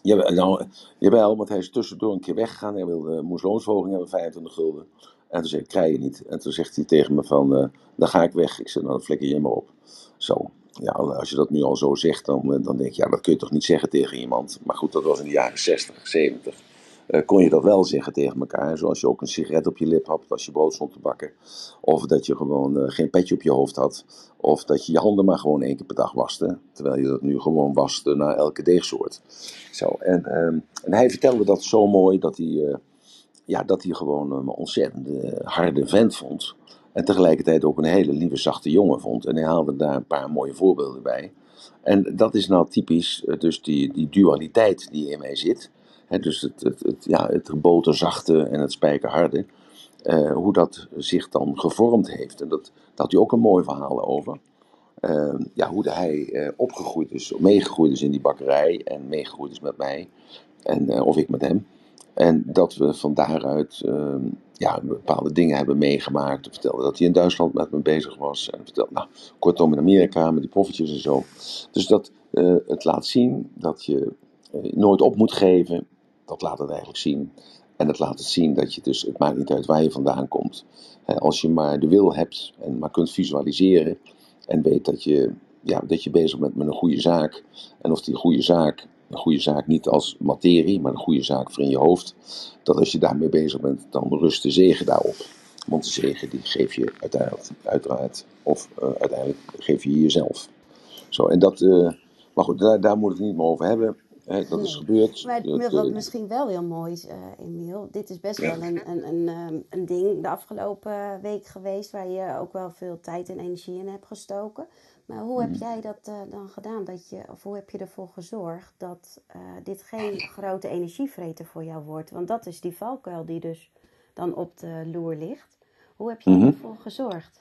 S1: Ja, nou, jawel, want hij is tussendoor een keer weggegaan. Hij wilde, moest loonsverhoging hebben, vijfentwintig gulden. En toen zei ik, krijg je niet. En toen zegt hij tegen me van, uh, dan ga ik weg. Ik zeg, nou, dan flikker je maar op. Zo. Ja, als je dat nu al zo zegt, dan, dan denk je, ja, dat kun je toch niet zeggen tegen iemand. Maar goed, dat was in de jaren zestig, zeventig. Uh, kon je dat wel zeggen tegen elkaar. Zoals je ook een sigaret op je lip had als je brood stond te bakken. Of dat je gewoon uh, geen petje op je hoofd had. Of dat je je handen maar gewoon één keer per dag waste. Terwijl je dat nu gewoon wast uh, na elke deegsoort. Zo, en, uh, en hij vertelde dat zo mooi dat hij, uh, ja, dat hij gewoon een ontzettend uh, harde vent vond. En tegelijkertijd ook een hele lieve, zachte jongen vond. En hij haalde daar een paar mooie voorbeelden bij. En dat is nou typisch, uh, dus die, die dualiteit die in mij zit. He, dus het, het, het, ja, het boterzachte en het spijkerharde. Uh, hoe dat zich dan gevormd heeft. En dat, daar had hij ook een mooi verhaal over. Uh, ja, hoe hij uh, opgegroeid is, meegegroeid is in die bakkerij en meegegroeid is met mij, en, uh, of ik met hem. En dat we van daaruit uh, ja, bepaalde dingen hebben meegemaakt. Hij vertelde dat hij in Duitsland met me bezig was. En vertelde, nou, kortom in Amerika met die poffertjes en zo. Dus dat uh, het laat zien dat je uh, nooit op moet geven. Dat laat het eigenlijk zien. En het laat het zien dat je dus, het maakt niet uit waar je vandaan komt. Uh, als je maar de wil hebt en maar kunt visualiseren. En weet dat je, ja, dat je bezig bent met een goede zaak. En of die goede zaak, een goede zaak niet als materie, maar een goede zaak voor in je hoofd. Dat als je daarmee bezig bent, dan rust de zegen daarop. Want de zegen die geef je uiteraard, uiteraard of uh, uiteindelijk geef je jezelf. Zo, en dat, uh, maar goed, daar, daar moet ik het niet meer over hebben. Hè, dat is
S3: Nee.
S1: gebeurd.
S3: Maar
S1: Dat,
S3: wat
S1: uh,
S3: misschien wel heel mooi is, uh, Emiel, dit is best
S1: ja.
S3: wel een, een, een, um, een ding de afgelopen week geweest waar je ook wel veel tijd en energie in hebt gestoken. Maar hoe heb jij dat uh, dan gedaan? Dat je, of hoe heb je ervoor gezorgd dat uh, dit geen grote energievreter voor jou wordt? Want dat is die valkuil die dus dan op de loer ligt. Hoe heb jij
S1: Mm-hmm.
S3: daarvoor gezorgd?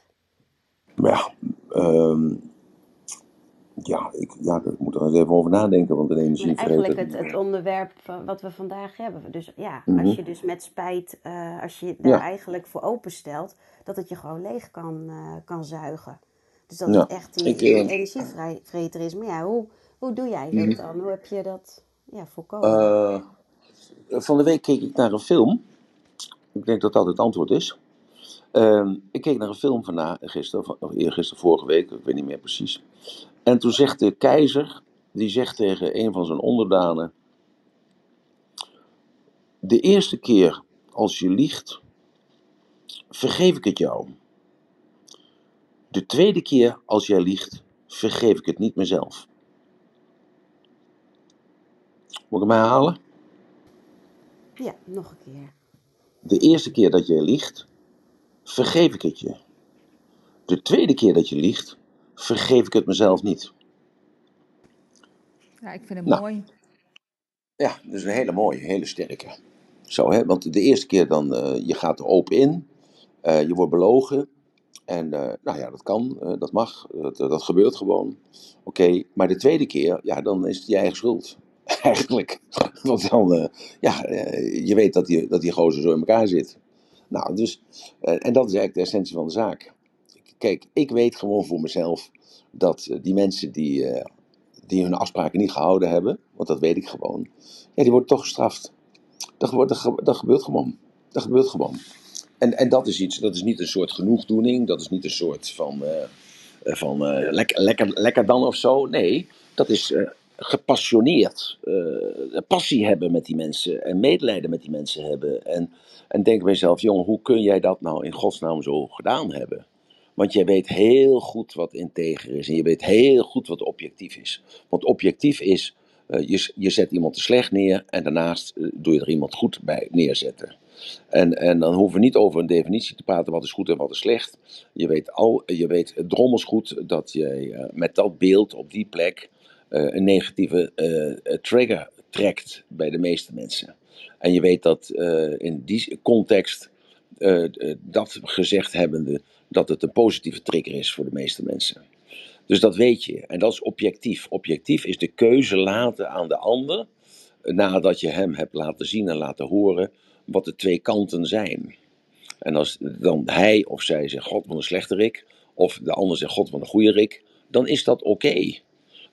S1: Ja, um, ja, ik, ja, ik moet er eens even over nadenken, want een energievreter...
S3: Eigenlijk het, het onderwerp van wat we vandaag hebben. Dus ja, mm-hmm. Als je dus met spijt, uh, als je daar ja. eigenlijk voor openstelt, dat het je gewoon leeg kan, uh, kan zuigen. Dus dat ja. het echt die, ik, die uh, energievreter is. Maar ja, hoe, hoe doe jij dat mm-hmm. dan? Hoe heb je dat ja, voorkomen?
S1: Uh, van de week keek ik naar een film. Ik denk dat dat het antwoord is. Uh, ik keek naar een film van gisteren, of eergisteren, vorige week, ik weet niet meer precies. En toen zegt de keizer, die zegt tegen een van zijn onderdanen: de eerste keer als je liegt, vergeef ik het jou. De tweede keer als jij liegt, vergeef ik het niet mezelf. Moet ik hem herhalen?
S3: Ja, nog een keer.
S1: De eerste keer dat jij liegt, vergeef ik het je. De tweede keer dat je liegt, vergeef ik het mezelf niet.
S2: Ja, ik vind het
S1: nou,
S2: mooi.
S1: Ja, dus een hele mooie, hele sterke. Zo, hè? Want de eerste keer dan, uh, je gaat er open in, uh, je wordt belogen. En uh, nou ja, dat kan, uh, dat mag, dat, uh, dat gebeurt gewoon. Oké, okay. Maar de tweede keer, ja, dan is het je eigen schuld. Eigenlijk. Want dan, uh, ja, uh, je weet dat die, dat die gozer zo in elkaar zit. Nou, dus, uh, en dat is eigenlijk de essentie van de zaak. Kijk, ik weet gewoon voor mezelf dat uh, die mensen die, uh, die hun afspraken niet gehouden hebben, want dat weet ik gewoon, ja, die worden toch gestraft. Dat, wordt, dat, dat gebeurt gewoon. Dat gebeurt gewoon. En, en dat is iets, dat is niet een soort genoegdoening, dat is niet een soort van, uh, van uh, lekker, lekker, lekker dan of zo. Nee, dat is uh, gepassioneerd. Uh, passie hebben met die mensen en medelijden met die mensen hebben. En, en denk bij jezelf, jongen, hoe kun jij dat nou in godsnaam zo gedaan hebben? Want jij weet heel goed wat integer is en je weet heel goed wat objectief is. Want objectief is, uh, je, je zet iemand te slecht neer en daarnaast uh, doe je er iemand goed bij neerzetten. En, en dan hoeven we niet over een definitie te praten wat is goed en wat is slecht. Je weet, al, je weet drommels goed dat je uh, met dat beeld op die plek uh, een negatieve uh, trigger trekt bij de meeste mensen. En je weet dat uh, in die context, uh, uh, dat gezegd hebbende, dat het een positieve trigger is voor de meeste mensen. Dus dat weet je. En dat is objectief. Objectief is de keuze laten aan de ander, nadat je hem hebt laten zien en laten horen wat de twee kanten zijn. En als dan hij of zij zegt, God, wat een slechterik, of de ander zegt, God, wat een goeierik, dan is dat oké. Okay.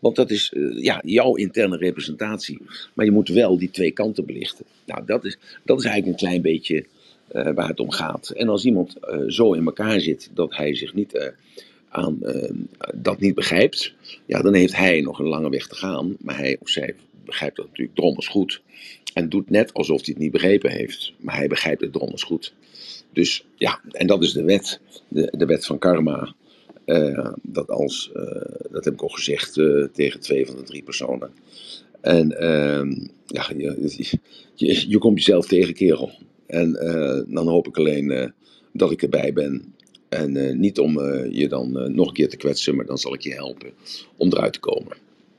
S1: Want dat is uh, ja, jouw interne representatie. Maar je moet wel die twee kanten belichten. Nou, dat is, dat is eigenlijk een klein beetje uh, waar het om gaat. En als iemand uh, zo in elkaar zit dat hij zich niet uh, aan uh, dat niet begrijpt, ja, dan heeft hij nog een lange weg te gaan. Maar hij of zij begrijpt dat natuurlijk drommels goed. En doet net alsof hij het niet begrepen heeft. Maar hij begrijpt het drommels goed. Dus ja, en dat is de wet. De, de wet van karma. Uh, dat als, uh, dat heb ik al gezegd uh, tegen twee van de drie personen. En uh, ja, je, je, je komt jezelf tegen, kerel. En uh, dan hoop ik alleen uh, dat ik erbij ben. En uh, niet om uh, je dan uh, nog een keer te kwetsen, maar dan zal ik je helpen om eruit te komen.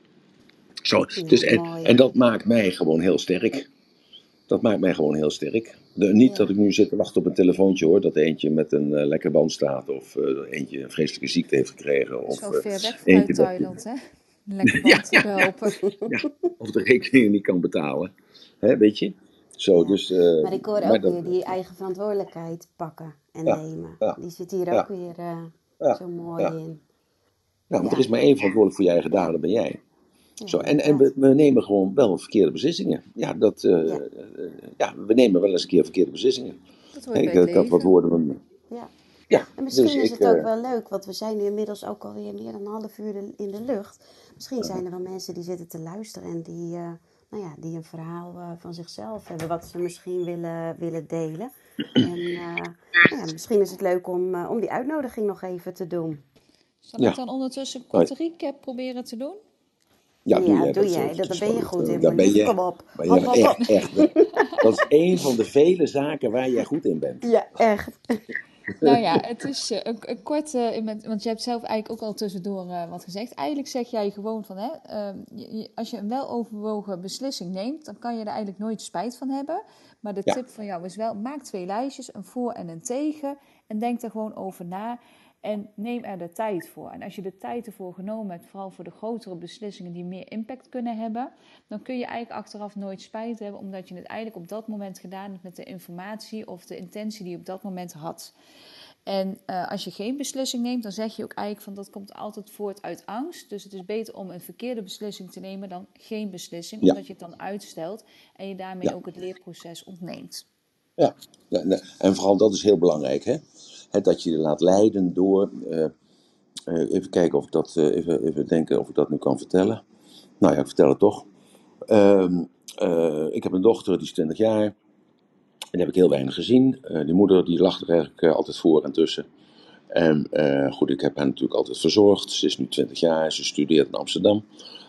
S1: Zo,
S3: Ja,
S1: dus, en,
S3: mooi.
S1: en dat maakt mij gewoon heel sterk. Dat maakt mij gewoon heel sterk. De, niet
S3: Ja.
S1: dat ik nu zit te wachten op een telefoontje hoor. Dat eentje met een uh, lekker band staat. Of uh, eentje een vreselijke ziekte heeft gekregen. Of
S2: Zo
S1: uh,
S2: ver weg
S1: eentje
S2: vanuit
S1: dat
S2: Thailand, hè? Lekker
S1: ja,
S2: band te
S1: ja,
S2: behelpen.
S1: ja, of de rekening niet kan betalen. Hè, weet je? Zo,
S3: Ja.
S1: dus, uh,
S3: Maar ik hoor
S1: maar
S3: ook
S1: dat,
S3: weer die eigen verantwoordelijkheid pakken en
S1: ja,
S3: nemen.
S1: ja,
S3: Die zit hier
S1: ja,
S3: ook weer uh,
S1: ja,
S3: zo mooi
S1: ja.
S3: in.
S1: Nou, want er
S3: Ja,
S1: is maar één verantwoordelijk voor je eigen
S3: ja,
S1: daden, dat ben jij.
S3: ja
S1: Zo, en en
S3: inderdaad.
S1: we, we nemen gewoon wel verkeerde beslissingen. Ja, dat, uh,
S3: Ja,
S1: uh, ja, we nemen wel eens een keer verkeerde beslissingen.
S2: Dat
S1: Hè,
S2: hoort bij
S1: ik,
S2: het
S1: ik had wat
S2: leven.
S1: woorden van.
S3: ja.
S1: Ja,
S3: En
S1: dus
S3: misschien is
S1: ik.
S3: het ook
S1: Uh,
S3: wel leuk, want we zijn nu inmiddels ook alweer meer dan een half uur in- in de lucht. Misschien zijn er wel mensen die zitten te luisteren en die, uh, nou ja, die een verhaal uh, van zichzelf hebben, wat ze misschien willen, willen delen. En uh, nou ja, misschien is het leuk om, uh, om die uitnodiging nog even te doen.
S2: Zal ik
S1: ja,
S2: dan ondertussen een
S1: nou,
S2: korte recap proberen te doen?
S1: ja, doe
S3: Ja,
S1: jij
S3: doe
S1: dat.
S3: jij.
S1: Uh,
S3: Dat,
S1: dat
S3: daar
S1: is
S3: ben
S1: wel
S3: je
S1: goed.
S3: goed
S1: Uh,
S3: in,
S1: daar ben
S3: Monique.
S1: je.
S3: Kom op.
S1: Ben
S3: Hop,
S1: je
S3: hop,
S1: echt,
S3: hop.
S1: echt. Dat is één van de vele zaken waar jij goed in bent.
S3: Ja, echt.
S2: Nou ja, het is uh, een, een korte, uh, want je hebt zelf eigenlijk ook al tussendoor uh, wat gezegd. Eigenlijk zeg jij gewoon van, hè, uh, je, je, als je een weloverwogen beslissing neemt, dan kan je er eigenlijk nooit spijt van hebben. Maar de
S1: Ja,
S2: tip van jou is wel, maak twee lijstjes, een voor en een tegen. En denk er gewoon over na. En neem er de tijd voor. En als je de tijd ervoor genomen hebt, vooral voor de grotere beslissingen die meer impact kunnen hebben, dan kun je eigenlijk achteraf nooit spijt hebben, omdat je het eigenlijk op dat moment gedaan hebt met de informatie of de intentie die je op dat moment had. En uh, als je geen beslissing neemt, dan zeg je ook eigenlijk van dat komt altijd voort uit angst. Dus het is beter om een verkeerde beslissing te nemen dan geen beslissing,
S1: ja,
S2: omdat je het dan uitstelt en je daarmee
S1: ja,
S2: ook het leerproces ontneemt.
S1: ja. Ja, nee, en vooral dat is heel belangrijk, hè? Hè, dat je je laat leiden door. Uh, uh, even kijken of ik dat. Uh, even, even denken of ik dat nu kan vertellen. Nou ja, ik vertel het toch. Uh, uh, ik heb een dochter, die is twintig jaar. En die heb ik heel weinig gezien. Uh, die moeder die lag er eigenlijk uh, altijd voor en tussen. En uh, goed, ik heb haar natuurlijk altijd verzorgd. Ze is nu twintig jaar, ze studeert in Amsterdam.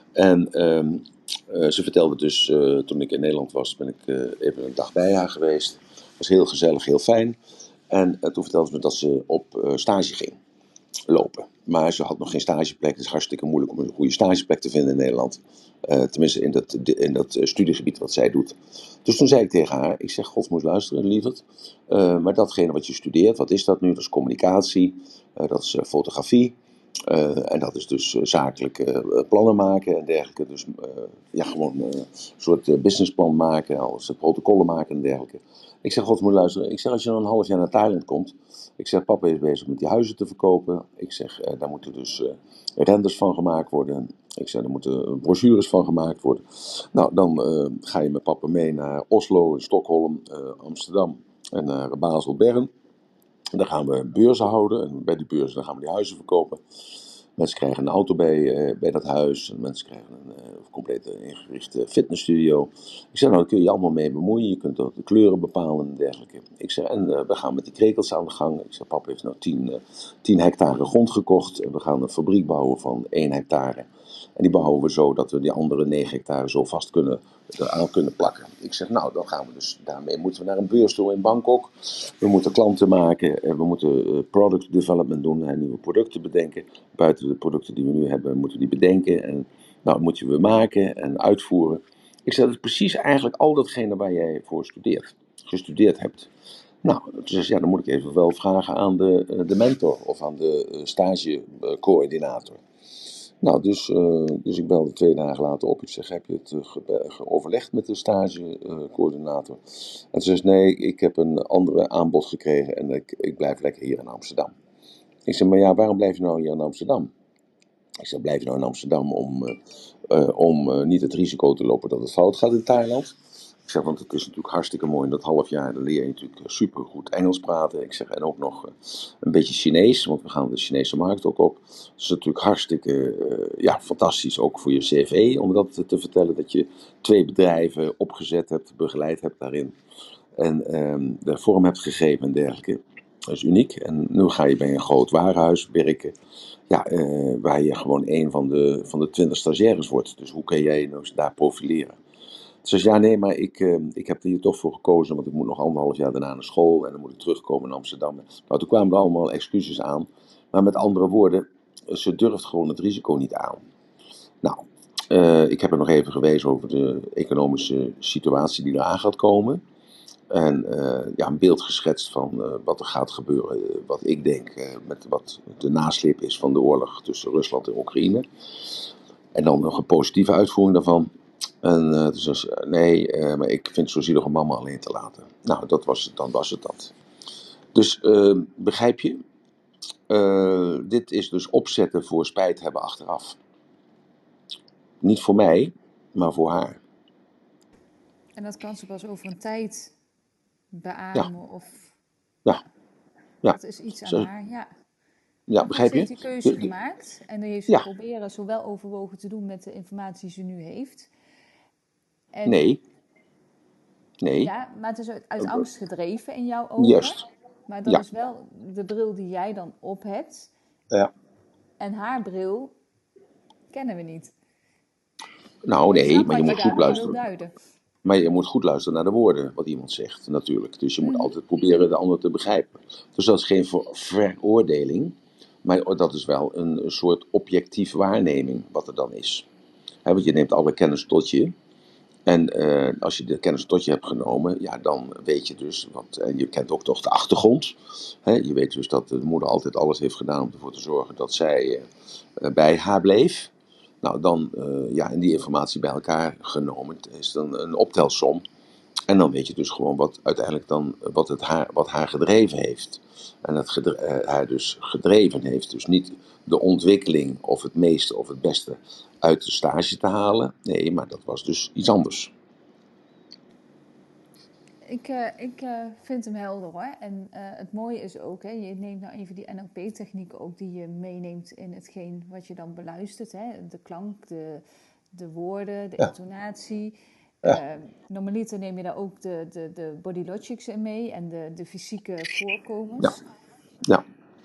S1: En uh, uh, ze vertelde dus, uh, toen ik in Nederland was, ben ik uh, even een dag bij haar geweest. Het was heel gezellig, heel fijn. En uh, toen vertelde ze me dat ze op uh, stage ging lopen. Maar ze had nog geen stageplek. Het is hartstikke moeilijk om een goede stageplek te vinden in Nederland. Uh, tenminste in dat, in dat uh, studiegebied wat zij doet. Dus toen zei ik tegen haar, ik zeg, God moest luisteren, lieverd. Uh, maar datgene wat je studeert, wat is dat nu? Dat is communicatie, uh, dat is uh, fotografie. Uh, en dat is dus uh, zakelijke uh, plannen maken en dergelijke. Dus uh, ja, gewoon uh, een soort uh, businessplan maken, als uh, protocollen maken en dergelijke. Ik zeg, God moet luisteren. Ik zeg, als je dan een half jaar naar Thailand komt. Ik zeg, papa is bezig met die huizen te verkopen. Ik zeg, uh, daar moeten dus uh, renders van gemaakt worden. Ik zeg, er moeten brochures van gemaakt worden. Nou, dan uh, ga je met papa mee naar Oslo, Stockholm, uh, Amsterdam en naar uh, Basel, Bern. En dan gaan we beurzen houden. En bij die beurzen dan gaan we die huizen verkopen. Mensen krijgen een auto bij, uh, bij dat huis. En mensen krijgen een uh, compleet ingerichte fitnessstudio. Ik zeg, nou, daar kun je je allemaal mee bemoeien. Je kunt ook de kleuren bepalen en dergelijke. Ik zeg, en uh, we gaan met die krekels aan de gang. Ik zeg, papa heeft nou tien hectare grond gekocht. En we gaan een fabriek bouwen van één hectare. En die bouwen we zo dat we die andere negen hectare zo vast kunnen, aan kunnen plakken. Ik zeg, nou, dan gaan we dus, daarmee moeten we naar een beurs toe in Bangkok. We moeten klanten maken, we moeten product development doen en nieuwe producten bedenken. Buiten de producten die we nu hebben, moeten we die bedenken. En nou, moeten we maken en uitvoeren. Ik zeg, dat is precies eigenlijk al datgene waar jij voor studeert, gestudeerd hebt. Nou, dus ja, dan moet ik even wel vragen aan de, de mentor of aan de stagecoördinator. Nou, dus, uh, dus ik belde twee dagen later op. Ik zeg, heb je het uh, ge- ge- overlegd met de stagecoördinator? Uh, en ze zegt, nee, ik heb een andere aanbod gekregen en ik, ik blijf lekker hier in Amsterdam. Ik zeg, maar ja, waarom blijf je nou hier in Amsterdam? Ik zeg, blijf je nou in Amsterdam om, uh, uh, om uh, niet het risico te lopen dat het fout gaat in Thailand. Ik zeg, want het is natuurlijk hartstikke mooi in dat half jaar, dan leer je natuurlijk super goed Engels praten. Ik zeg, en ook nog uh, een beetje Chinees, want we gaan de Chinese markt ook op. Dat is natuurlijk hartstikke uh, ja, fantastisch, ook voor je cv, om dat te vertellen, dat je twee bedrijven opgezet hebt, begeleid hebt daarin. En um, de vorm hebt gegeven en dergelijke. Dat is uniek. En nu ga je bij een groot warenhuis werken. Ja, uh, waar je gewoon een van de, van de twintig stagiaires wordt. Dus hoe kan jij je nou daar profileren? Dus ja, nee, maar ik, uh, ik heb er hier toch voor gekozen. Want ik moet nog anderhalf jaar daarna naar school. En dan moet ik terugkomen in Amsterdam. Nou, toen kwamen er allemaal excuses aan. Maar met andere woorden, ze durft gewoon het risico niet aan. Nou, uh, ik heb er nog even gewezen over de economische situatie die eraan gaat komen. En uh, ja, een beeld geschetst van uh, wat er gaat gebeuren, uh, wat ik denk, uh, met wat de nasleep is van de oorlog tussen Rusland en Oekraïne. En dan nog een positieve uitvoering daarvan. En uh, dus uh, nee, uh, maar ik vind het zo zielig om mama alleen te laten. Nou, dat was, dan was het dat. Dus uh, begrijp je, uh, dit is dus opzetten voor spijt hebben achteraf. Niet voor mij, maar voor haar.
S2: En dat kan ze pas over een tijd beamen
S1: Ja.
S2: of...
S1: Ja. Ja.
S2: Dat is iets aan
S1: Zo,
S2: haar, ja.
S1: ja,
S2: Maar
S1: begrijp
S2: ze heeft
S1: je?
S2: die keuze
S1: De, de,
S2: gemaakt en die heeft ze
S1: ja.
S2: proberen zo wel overwogen te doen met de informatie die ze nu heeft. En,
S1: Nee. Nee.
S2: Ja, maar het is uit, uit angst gedreven in jouw ogen.
S1: Juist.
S2: Maar dat
S1: Ja.
S2: is wel de bril die jij dan op hebt.
S1: Ja.
S2: En haar bril kennen we niet.
S1: Nou
S2: En ik
S1: nee,
S2: snap
S1: maar je
S2: wat
S1: moet
S2: je
S1: goed
S2: daarmee wil
S1: luisteren.
S2: duiden.
S1: Maar je moet goed luisteren naar de woorden, wat iemand zegt, natuurlijk. Dus je moet
S2: Mhm.
S1: altijd proberen de ander te begrijpen. Dus dat is geen ver- veroordeling, maar dat is wel een, een soort objectieve waarneming, wat er dan is. Hè, want je neemt alle kennis tot je. En eh, als je de kennis tot je hebt genomen, ja, dan weet je dus, wat, en je kent ook toch de achtergrond. Hè, je weet dus dat de moeder altijd alles heeft gedaan om ervoor te zorgen dat zij eh, bij haar bleef. Nou, dan, uh, ja, en die informatie bij elkaar genomen, is dan een optelsom. En dan weet je dus gewoon wat uiteindelijk dan, wat, het haar, wat haar gedreven heeft. En het gedre- uh, haar dus gedreven heeft. Dus niet de ontwikkeling of het meeste of het beste uit de stage te halen. Nee, maar dat was dus iets anders.
S2: Ik, uh, ik uh, vind hem helder hoor. En uh, het mooie is ook, hè, je neemt nou even die N L P-techniek ook die je meeneemt in hetgeen wat je dan beluistert. Hè? De klank, de, de woorden, de
S1: Ja.
S2: intonatie.
S1: Ja.
S2: Uh, normaliter neem je daar ook de, de, de body logics in mee en de, de fysieke voorkomens.
S1: Ja. Ja.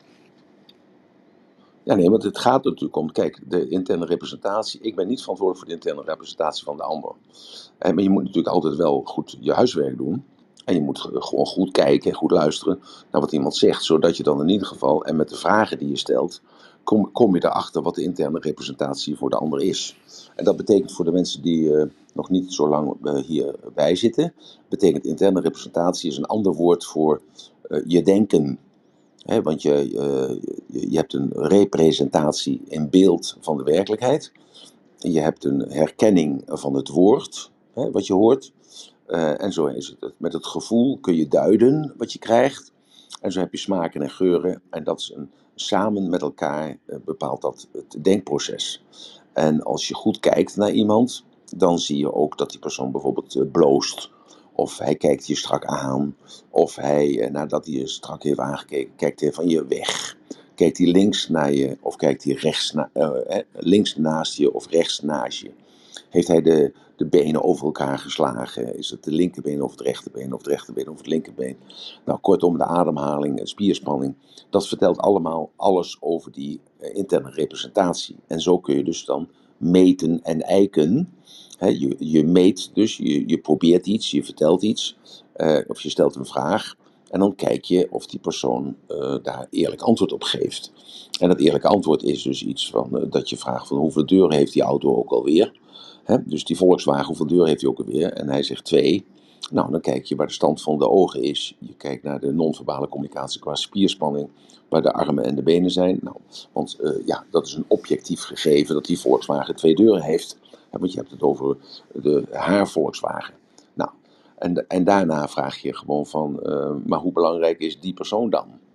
S1: Ja, nee, want het gaat natuurlijk om, kijk, de interne representatie. Ik ben niet verantwoordelijk voor de interne representatie van de ander. Eh, maar je moet natuurlijk altijd wel goed je huiswerk doen. En je moet gewoon goed kijken en goed luisteren naar wat iemand zegt. Zodat je dan in ieder geval, en met de vragen die je stelt, kom, kom je erachter wat de interne representatie voor de ander is. En dat betekent voor de mensen die uh, nog niet zo lang uh, hierbij zitten, betekent interne representatie is een ander woord voor uh, je denken. He, want je, uh, je, je hebt een representatie in beeld van de werkelijkheid. Je hebt een herkenning van het woord, hè, wat je hoort. Uh, en zo is het. Met het gevoel kun je duiden wat je krijgt. En zo heb je smaken en geuren. En dat is een, samen met elkaar uh, bepaalt dat het denkproces. En als je goed kijkt naar iemand, dan zie je ook dat die persoon bijvoorbeeld uh, bloost. Of hij kijkt je strak aan. Of hij, uh, nadat hij je strak heeft aangekeken, kijkt hij van je weg. Kijkt hij links naar je of kijkt hij rechts na, uh, eh, links naast je of rechts naast je? Heeft hij de, de benen over elkaar geslagen? Is het de linkerbeen of het rechterbeen of het rechterbeen of het linkerbeen? Nou, kortom, de ademhaling, de spierspanning. Dat vertelt allemaal alles over die uh, interne representatie. En zo kun je dus dan meten en eiken. He, je, je meet dus, je, je probeert iets, je vertelt iets. Uh, of je stelt een vraag. En dan kijk je of die persoon uh, daar eerlijk antwoord op geeft. En dat eerlijke antwoord is dus iets van uh, dat je vraagt van hoeveel deuren heeft die auto ook alweer. He, dus die Volkswagen, hoeveel deuren heeft hij ook alweer? En hij zegt twee. Nou, dan kijk je waar de stand van de ogen is. Je kijkt naar de non-verbale communicatie qua spierspanning. Waar de armen en de benen zijn. Nou, want uh, ja, dat is een objectief gegeven dat die Volkswagen twee deuren heeft. He, want je hebt het over de, haar Volkswagen. Nou, en, en daarna vraag je gewoon van, uh, maar hoe belangrijk is die persoon dan?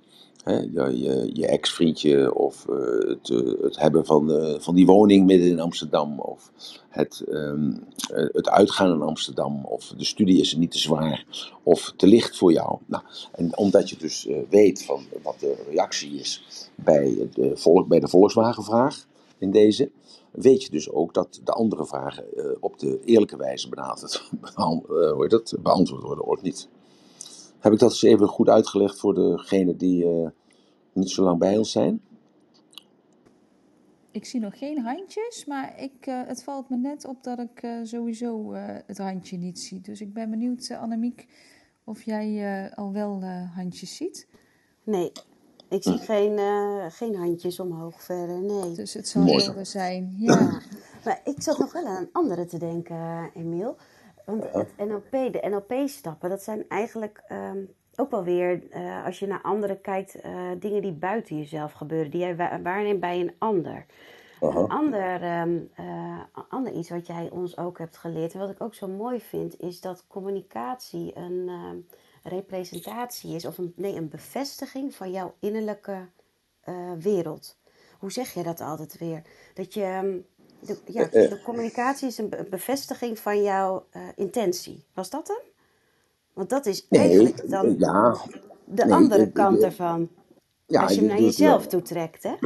S1: Hè, je, je, je ex-vriendje of uh, het, uh, het hebben van, uh, van die woning midden in Amsterdam of het, um, uh, het uitgaan in Amsterdam of de studie is er niet te zwaar of te licht voor jou. Nou, en omdat je dus uh, weet van wat de reactie is bij de, volk, bij de Volkswagen-vraag in deze, weet je dus ook dat de andere vragen uh, op de eerlijke wijze benaderd, beant, uh, hoe heet dat, beantwoord worden of niet. Heb ik dat eens even goed uitgelegd voor degenen die uh, niet zo lang bij ons zijn?
S2: Ik zie nog geen handjes, maar ik, uh, het valt me net op dat ik uh, sowieso uh, het handje niet zie. Dus ik ben benieuwd, uh, Annemiek, of jij uh, al wel uh, handjes ziet.
S3: Nee, ik zie geen, uh, geen handjes omhoog verder, nee.
S2: Dus het zal
S1: Mooi.
S2: Hilde zijn, ja.
S3: Ja. Maar ik zat nog wel aan een andere te denken, uh, Emiel. Want het N L P, de N L P-stappen, dat zijn eigenlijk um, ook wel weer, uh, als je naar anderen kijkt, uh, dingen die buiten jezelf gebeuren, die jij wa- waarneemt bij een ander.
S1: Aha.
S3: Een ander, um, uh, ander iets wat jij ons ook hebt geleerd, en wat ik ook zo mooi vind, is dat communicatie een uh, representatie is, of een, nee, een bevestiging van jouw innerlijke uh, wereld. Hoe zeg je dat altijd weer? Dat je, um, de, ja, de communicatie is een be- bevestiging van jouw uh, intentie. Was dat hem? Want dat is
S1: Nee,
S3: eigenlijk dan
S1: ja,
S3: de
S1: nee,
S3: andere
S1: de,
S3: kant
S1: de,
S3: ervan.
S1: ja,
S3: Als je hem
S1: je
S3: naar
S1: doet
S3: jezelf
S1: wel.
S3: toe trekt, hè?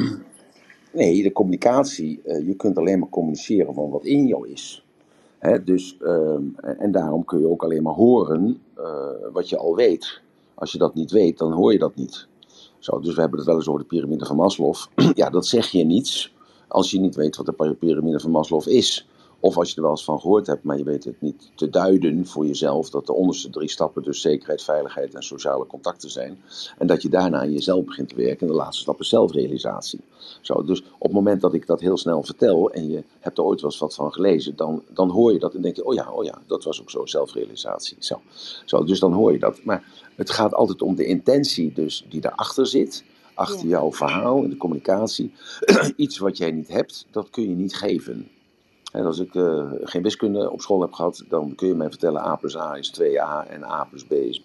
S1: Nee, de communicatie, uh, je kunt alleen maar communiceren van wat in jou is. Hè, dus, um, en daarom kun je ook alleen maar horen uh, wat je al weet. Als je dat niet weet, dan hoor je dat niet. Zo, dus we hebben het wel eens over de piramide van Maslow. Ja, dat zeg je niets als je niet weet wat de piramide van Maslow is. Of als je er wel eens van gehoord hebt, maar je weet het niet te duiden voor jezelf. Dat de onderste drie stappen dus zekerheid, veiligheid en sociale contacten zijn. En dat je daarna aan jezelf begint te werken. En de laatste stap is zelfrealisatie. Zo, dus op het moment dat ik dat heel snel vertel en je hebt er ooit wel eens wat van gelezen, dan, dan hoor je dat en denk je, oh ja, oh ja, dat was ook zo, zelfrealisatie. Zo. Zo, dus dan hoor je dat. Maar het gaat altijd om de intentie dus die daarachter zit, achter
S3: Ja.
S1: jouw verhaal en de communicatie. Iets wat jij niet hebt, dat kun je niet geven. En als ik uh, geen wiskunde op school heb gehad, dan kun je mij vertellen A plus A is twee a en A plus B is B.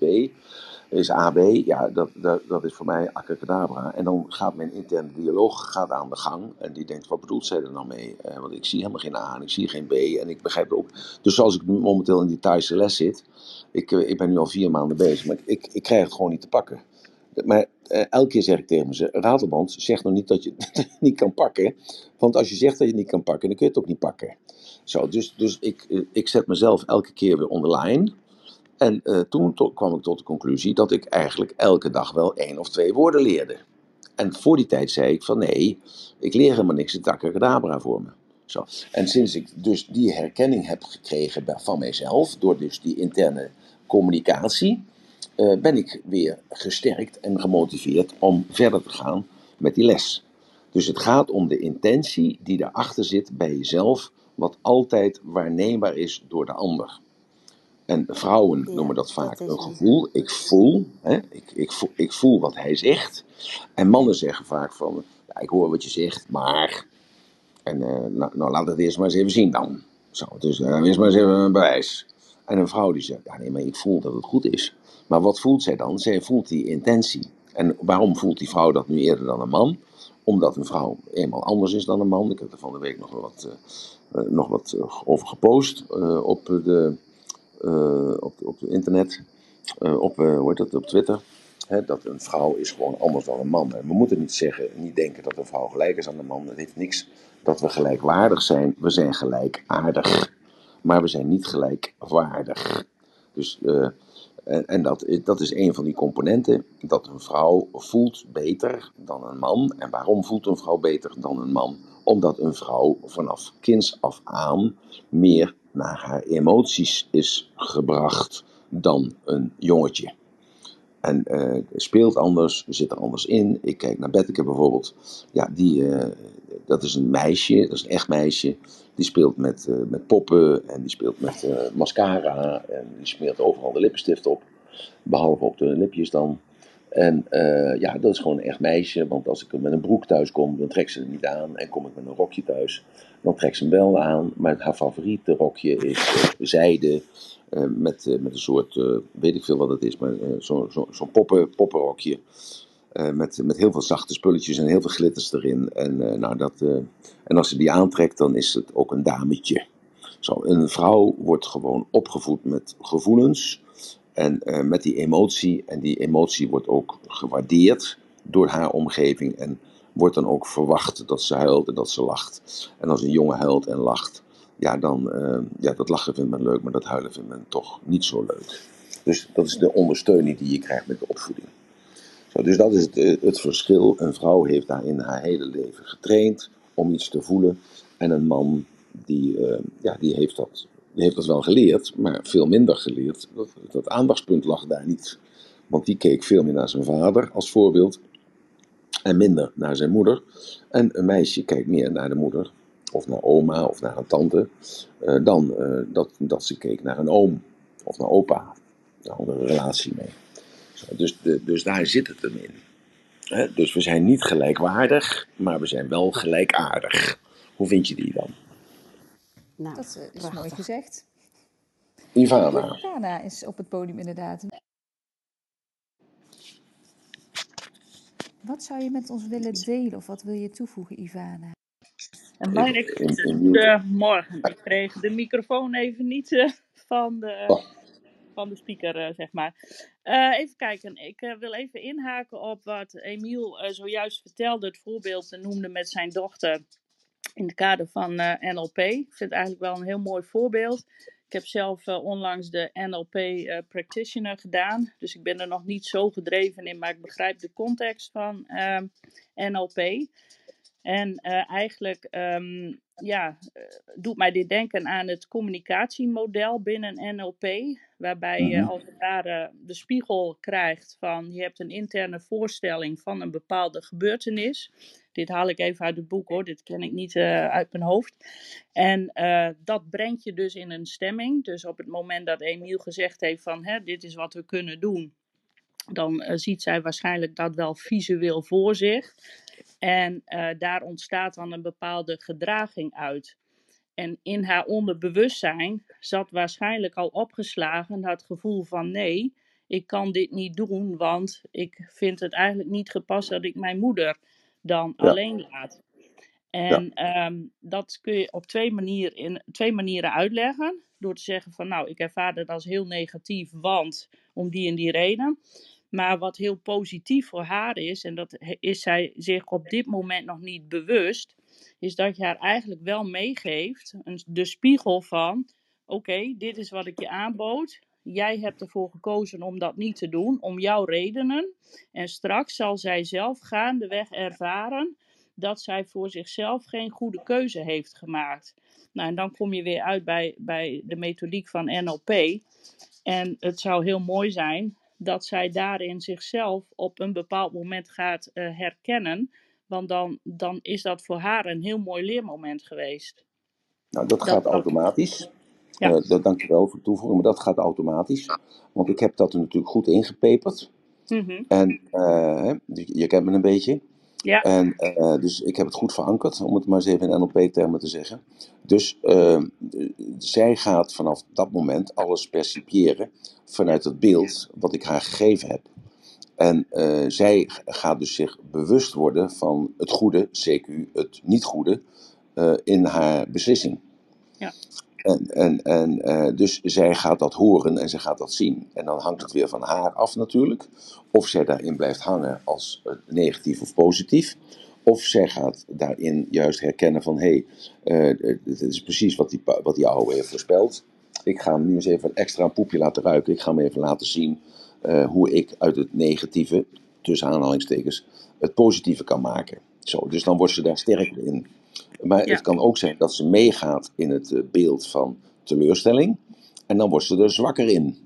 S1: Is A B, ja, dat, dat, dat is voor mij abracadabra. En dan gaat mijn interne dialoog gaat aan de gang. En die denkt, wat bedoelt zij er nou mee? Uh, want ik zie helemaal geen A en ik zie geen B. En ik begrijp het ook. Dus zoals ik nu momenteel in die Thaise les zit. Ik, uh, ik ben nu al vier maanden bezig. Maar ik, ik krijg het gewoon niet te pakken. Maar uh, elke keer zeg ik tegen me, Ratelband, zeg nou niet dat je het niet kan pakken. Want als je zegt dat je het niet kan pakken, dan kun je het ook niet pakken. Zo, dus dus ik, uh, ik zet mezelf elke keer weer online. En uh, toen to- kwam ik tot de conclusie dat ik eigenlijk elke dag wel één of twee woorden leerde. En voor die tijd zei ik van nee, ik leer helemaal niks, het abracadabra voor me. Zo. En sinds ik dus die herkenning heb gekregen bij- van mijzelf, door dus die interne communicatie, uh, ben ik weer gesterkt en gemotiveerd om verder te gaan met die les. Dus het gaat om de intentie die daarachter zit bij jezelf, wat altijd waarneembaar is door de ander. En vrouwen
S3: Ja,
S1: noemen dat vaak
S3: dat is
S1: een
S3: hem.
S1: gevoel. Ik voel, hè? Ik, ik, voel, ik voel wat hij zegt. En mannen zeggen vaak van, ja, ik hoor wat je zegt, maar... En uh, nou, nou, laat het eerst maar eens even zien dan. Zo, dus uh, eerst maar eens even een bewijs. En een vrouw die zegt, ja nee, maar ik voel dat het goed is. Maar wat voelt zij dan? Zij voelt die intentie. En waarom voelt die vrouw dat nu eerder dan een man? Omdat een vrouw eenmaal anders is dan een man. Ik heb er van de week nog wat, uh, uh, nog wat uh, over gepost uh, op de... Uh, op, op het internet, uh, op, uh, hoe heet dat, op Twitter, hè, dat een vrouw is gewoon anders dan een man. En we moeten niet zeggen, niet denken dat een vrouw gelijk is aan een man. Het heeft niks dat we gelijkwaardig zijn. We zijn gelijkaardig, maar we zijn niet gelijkwaardig. Dus, uh, en, en dat, dat is een van die componenten, dat een vrouw voelt beter dan een man. En waarom voelt een vrouw beter dan een man? Omdat een vrouw vanaf kinds af aan meer naar haar emoties is gebracht dan een jongetje. En uh, speelt anders, zit er anders in. Ik kijk naar Betteke bijvoorbeeld. Ja, die, uh, dat is een meisje, dat is een echt meisje. Die speelt met, uh, met poppen en die speelt met uh, mascara. En die smeert overal de lippenstift op. Behalve op de lipjes dan. En uh, ja, dat is gewoon een echt meisje. Want als ik met een broek thuis kom, dan trekt ze het niet aan. En kom ik met een rokje thuis, dan trekt ze hem wel aan. Maar haar favoriete rokje is uh, zijde. Uh, met, uh, met een soort, uh, weet ik veel wat het is, maar uh, zo'n zo, zo poppen, poppenrokje. Uh, met, met heel veel zachte spulletjes en heel veel glitters erin. En, uh, nou, dat, uh, en als ze die aantrekt, dan is het ook een dametje. Zo, een vrouw wordt gewoon opgevoed met gevoelens en uh, met die emotie. En die emotie wordt ook gewaardeerd door haar omgeving. En wordt dan ook verwacht dat ze huilt en dat ze lacht. En als een jongen huilt en lacht, ja, dan, uh, ja, dat lachen vindt men leuk, maar dat huilen vindt men toch niet zo leuk. Dus dat is de ondersteuning die je krijgt met de opvoeding. Zo, dus dat is het, het verschil. Een vrouw heeft daarin haar hele leven getraind om iets te voelen. En een man, die, uh, ja, die, heeft dat, die heeft dat wel geleerd, maar veel minder geleerd. Dat, dat aandachtspunt lag daar niet. Want die keek veel meer naar zijn vader als voorbeeld. En minder naar zijn moeder. En een meisje kijkt meer naar de moeder. Of naar oma of naar een tante. Uh, dan uh, dat, dat ze keek naar een oom. Of naar opa. Daar hadden we een relatie mee. Dus, de, dus daar zit het hem in. He, dus we zijn niet gelijkwaardig, maar we zijn wel gelijkaardig. Hoe vind je die dan?
S2: Nou, dat is prachtig. Mooi gezegd.
S1: Ivana.
S2: Ivana is op het podium inderdaad. Wat zou je met ons willen delen of wat wil je toevoegen, Ivana?
S4: En Mark, goedemorgen. Ik kreeg de microfoon even niet uh, van de... Oh. Van de speaker, uh, zeg maar. Uh, even kijken, ik uh, wil even inhaken op wat Emiel uh, zojuist vertelde. Het voorbeeld noemde met zijn dochter in het kader van uh, N L P. Ik vind het eigenlijk wel een heel mooi voorbeeld. Ik heb zelf uh, onlangs de N L P uh, Practitioner gedaan. Dus ik ben er nog niet zo gedreven in, maar ik begrijp de context van uh, N L P. En uh, eigenlijk um, ja, uh, doet mij dit denken aan het communicatiemodel binnen N L P. Waarbij je uh, als het ware de spiegel krijgt van je hebt een interne voorstelling van een bepaalde gebeurtenis. Dit haal ik even uit het boek hoor, dit ken ik niet uh, uit mijn hoofd. En uh, dat brengt je dus in een stemming. Dus op het moment dat Emiel gezegd heeft van hè, dit is wat we kunnen doen. Dan uh, ziet zij waarschijnlijk dat wel visueel voor zich. En uh, daar ontstaat dan een bepaalde gedraging uit. En in haar onderbewustzijn zat waarschijnlijk al opgeslagen het gevoel van nee, ik kan dit niet doen, want ik vind het eigenlijk niet gepast dat ik mijn moeder dan ja. alleen laat. En ja. um, dat kun je op twee manieren, in, twee manieren uitleggen. Door te zeggen van nou, ik ervaar dat als heel negatief, want om die en die reden. Maar wat heel positief voor haar is, en dat is zij zich op dit moment nog niet bewust, is dat je haar eigenlijk wel meegeeft, een, de spiegel van, oké, okay, dit is wat ik je aanbood. Jij hebt ervoor gekozen om dat niet te doen, om jouw redenen. En straks zal zij zelf gaandeweg ervaren dat zij voor zichzelf geen goede keuze heeft gemaakt. Nou, en dan kom je weer uit bij, bij de methodiek van N L P. En het zou heel mooi zijn dat zij daarin zichzelf op een bepaald moment gaat uh, herkennen. Want dan, dan is dat voor haar een heel mooi leermoment geweest.
S1: Nou, dat, dat gaat automatisch. Ja. Uh, dat, dankjewel voor de toevoeging, maar dat gaat automatisch. Want ik heb dat er natuurlijk goed ingepeperd.
S4: Mm-hmm.
S1: En uh, je kent me een beetje.
S4: Ja.
S1: En, uh, dus ik heb het goed verankerd, om het maar eens even in N L P-termen te zeggen. Dus uh, zij gaat vanaf dat moment alles percipiëren vanuit het beeld wat ik haar gegeven heb. En uh, zij gaat dus zich bewust worden van het goede, C Q het niet goede, uh, in haar beslissing.
S4: Ja.
S1: En, en, en uh, dus zij gaat dat horen en zij gaat dat zien. En dan hangt het weer van haar af natuurlijk. Of zij daarin blijft hangen als uh, negatief of positief. Of zij gaat daarin juist herkennen van hé, hey, uh, dit is precies wat die, wat die oude heeft voorspeld. Ik ga hem nu eens even extra een poepje laten ruiken. Ik ga hem even laten zien uh, hoe ik uit het negatieve, tussen aanhalingstekens, het positieve kan maken. Zo, dus dan wordt ze daar sterker in. Maar ja. Het kan ook zijn dat ze meegaat in het uh, beeld van teleurstelling. En dan wordt ze er zwakker in.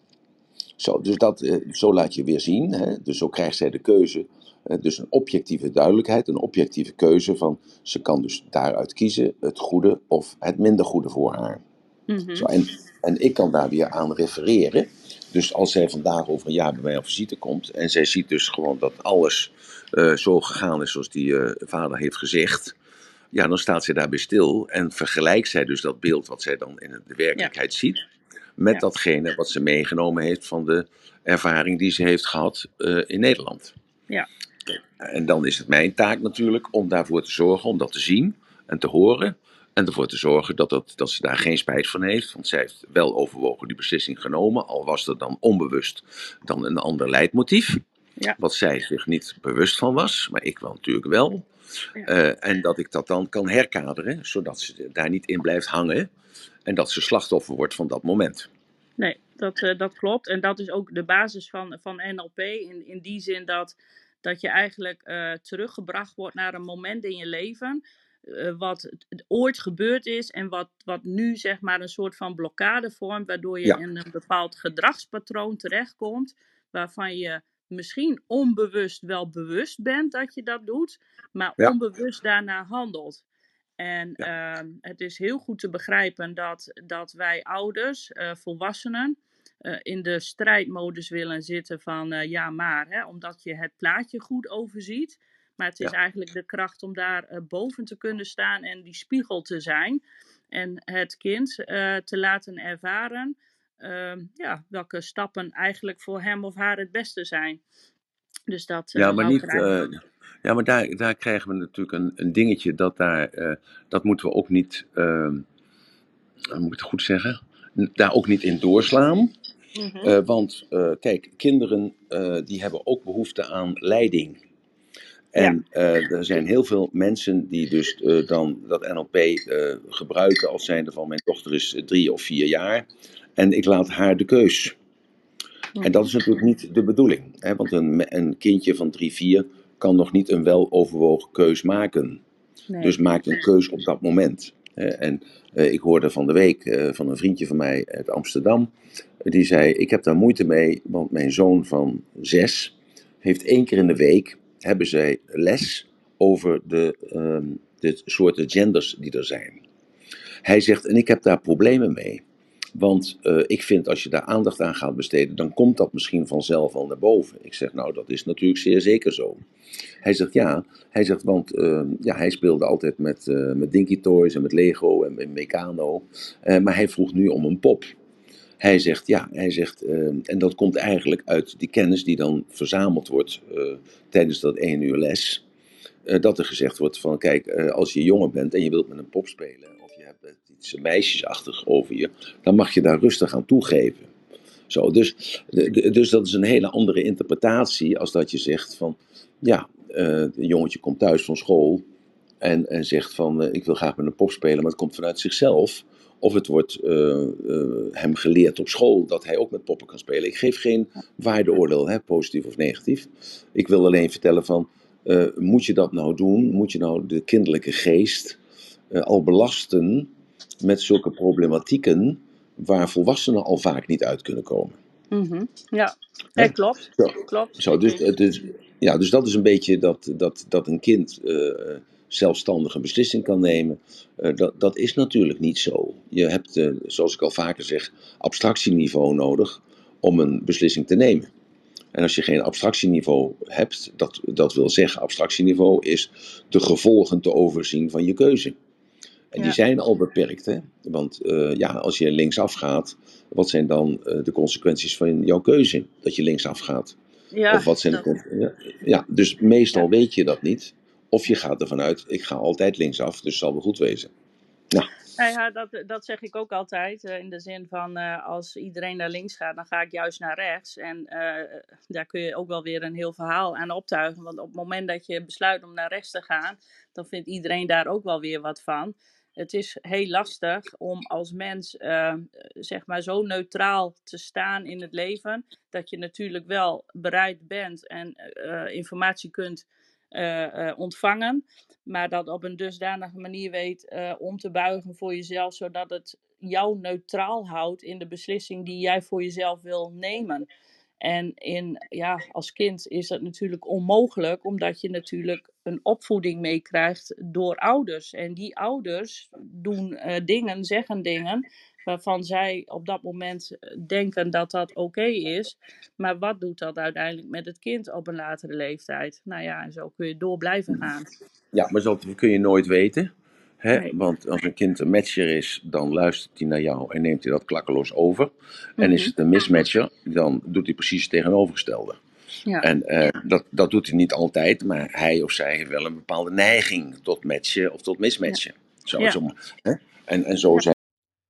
S1: Zo, dus dat, uh, zo laat je weer zien. Hè? Dus zo krijgt zij de keuze. Uh, dus een objectieve duidelijkheid, een objectieve keuze van... Ze kan dus daaruit kiezen het goede of het minder goede voor haar.
S4: Mm-hmm.
S1: Zo, en, en ik kan daar weer aan refereren. Dus als zij vandaag over een jaar bij mij op visite komt... en zij ziet dus gewoon dat alles uh, zo gegaan is zoals die uh, vader heeft gezegd... Ja, dan staat zij daarbij stil en vergelijkt zij dus dat beeld wat zij dan in de werkelijkheid ja. ziet... met ja. datgene wat ze meegenomen heeft van de ervaring die ze heeft gehad uh, in Nederland.
S4: Ja.
S1: En dan is het mijn taak natuurlijk om daarvoor te zorgen, om dat te zien en te horen. En ervoor te zorgen dat, dat, dat ze daar geen spijt van heeft. Want zij heeft wel overwogen die beslissing genomen. Al was er dan onbewust dan een ander leidmotief.
S4: Ja.
S1: Wat zij zich niet bewust van was. Maar ik wel natuurlijk wel.
S4: Ja.
S1: Uh, en dat ik dat dan kan herkaderen. Zodat ze daar niet in blijft hangen. En dat ze slachtoffer wordt van dat moment.
S4: Nee, dat, uh, dat klopt. En dat is ook de basis van, van N L P. In, in die zin dat, dat je eigenlijk uh, teruggebracht wordt naar een moment in je leven. Uh, wat ooit gebeurd is en wat, wat nu zeg maar een soort van blokkade vormt. Waardoor je ja. in een bepaald gedragspatroon terechtkomt. Waarvan je misschien onbewust wel bewust bent dat je dat doet. Maar ja. onbewust daarna handelt. En ja. uh, het is heel goed te begrijpen dat, dat wij ouders, uh, volwassenen, uh, in de strijdmodus willen zitten van uh, ja maar, hè, omdat je het plaatje goed overziet. Maar het is ja. eigenlijk de kracht om daar uh, boven te kunnen staan en die spiegel te zijn. En het kind uh, te laten ervaren uh, ja, welke stappen eigenlijk voor hem of haar het beste zijn. Dus dat, uh,
S1: ja, maar niet... Uh... Ja, maar daar, daar krijgen we natuurlijk een, een dingetje dat daar, uh, dat moeten we ook niet, uh, hoe moet ik het goed zeggen, daar ook niet in doorslaan. Mm-hmm. Uh, want uh, kijk, kinderen uh, die hebben ook behoefte aan leiding. En ja. uh, er zijn heel veel mensen die dus uh, dan dat N L P uh, gebruiken als zijnde van mijn dochter is drie of vier jaar en ik laat haar de keus. Mm-hmm. En dat is natuurlijk niet de bedoeling, hè, want een, een kindje van drie, vier kan nog niet een weloverwogen keus maken. Nee. Dus maakt een keus op dat moment. En uh, ik hoorde van de week uh, van een vriendje van mij uit Amsterdam. Die zei, ik heb daar moeite mee, want mijn zoon van zes heeft één keer in de week, hebben zij les over de, um, de soorten genders die er zijn. Hij zegt, en ik heb daar problemen mee. Want uh, ik vind als je daar aandacht aan gaat besteden, dan komt dat misschien vanzelf al naar boven. Ik zeg, nou dat is natuurlijk zeer zeker zo. Hij zegt ja, hij zegt, want uh, ja, hij speelde altijd met, uh, met Dinky Toys en met Lego en met Meccano. Uh, maar hij vroeg nu om een pop. Hij zegt ja, hij zegt, uh, en dat komt eigenlijk uit die kennis die dan verzameld wordt uh, tijdens dat één uur les. Uh, dat er gezegd wordt van kijk, uh, als je jonger bent en je wilt met een pop spelen, of je hebt iets meisjesachtig over je, dan mag je daar rustig aan toegeven. Zo, dus, de, de, dus dat is een hele andere interpretatie als dat je zegt van ja, uh, een jongetje komt thuis van school en, en zegt van uh, ik wil graag met een pop spelen, maar het komt vanuit zichzelf. Of het wordt uh, uh, hem geleerd op school dat hij ook met poppen kan spelen. Ik geef geen waardeoordeel, hè, positief of negatief. Ik wil alleen vertellen van, uh, moet je dat nou doen? Moet je nou de kinderlijke geest uh, al belasten met zulke problematieken waar volwassenen al vaak niet uit kunnen komen?
S4: Mm-hmm. Ja, ja, klopt.
S1: Zo,
S4: klopt.
S1: Zo, dus, dus, ja, dus dat is een beetje dat, dat, dat een kind uh, zelfstandig een beslissing kan nemen. Uh, dat, dat is natuurlijk niet zo. Je hebt, uh, zoals ik al vaker zeg, abstractieniveau nodig om een beslissing te nemen. En als je geen abstractieniveau hebt, dat, dat wil zeggen, abstractieniveau is de gevolgen te overzien van je keuze. En die ja. zijn al beperkt, hè? Want uh, ja, als je linksaf gaat, wat zijn dan uh, de consequenties van jouw keuze? Dat je linksaf gaat.
S4: Ja,
S1: of wat zijn
S4: dat...
S1: de, ja, ja, dus meestal ja. weet je dat niet. Of je gaat ervan uit, ik ga altijd linksaf, dus het zal wel goed wezen. Nou.
S4: Ja, dat, dat zeg ik ook altijd. Uh, in de zin van, uh, als iedereen naar links gaat, dan ga ik juist naar rechts. En uh, daar kun je ook wel weer een heel verhaal aan optuigen. Want op het moment dat je besluit om naar rechts te gaan, dan vindt iedereen daar ook wel weer wat van. Het is heel lastig om als mens uh, zeg maar zo neutraal te staan in het leven. Dat je natuurlijk wel bereid bent en uh, informatie kunt uh, uh, ontvangen. Maar dat op een dusdanige manier weet uh, om te buigen voor jezelf. Zodat het jou neutraal houdt in de beslissing die jij voor jezelf wil nemen. En in, ja, als kind is dat natuurlijk onmogelijk, omdat je natuurlijk een opvoeding meekrijgt door ouders. En die ouders doen uh, dingen, zeggen dingen, waarvan zij op dat moment denken dat dat oké okay is. Maar wat doet dat uiteindelijk met het kind op een latere leeftijd? Nou ja, en zo kun je door blijven gaan.
S1: Ja, maar dat kun je nooit weten. Hè? Nee. Want als een kind een matcher is, dan luistert hij naar jou en neemt hij dat klakkeloos over. En mm-hmm. is het een mismatcher, dan doet hij precies het tegenovergestelde.
S4: Ja.
S1: En uh, dat, dat doet hij niet altijd, maar hij of zij heeft wel een bepaalde neiging tot matchen of tot mismatchen. Ja. Zo,
S4: ja.
S1: zo, hè? En, en zo
S4: ja.
S1: zijn.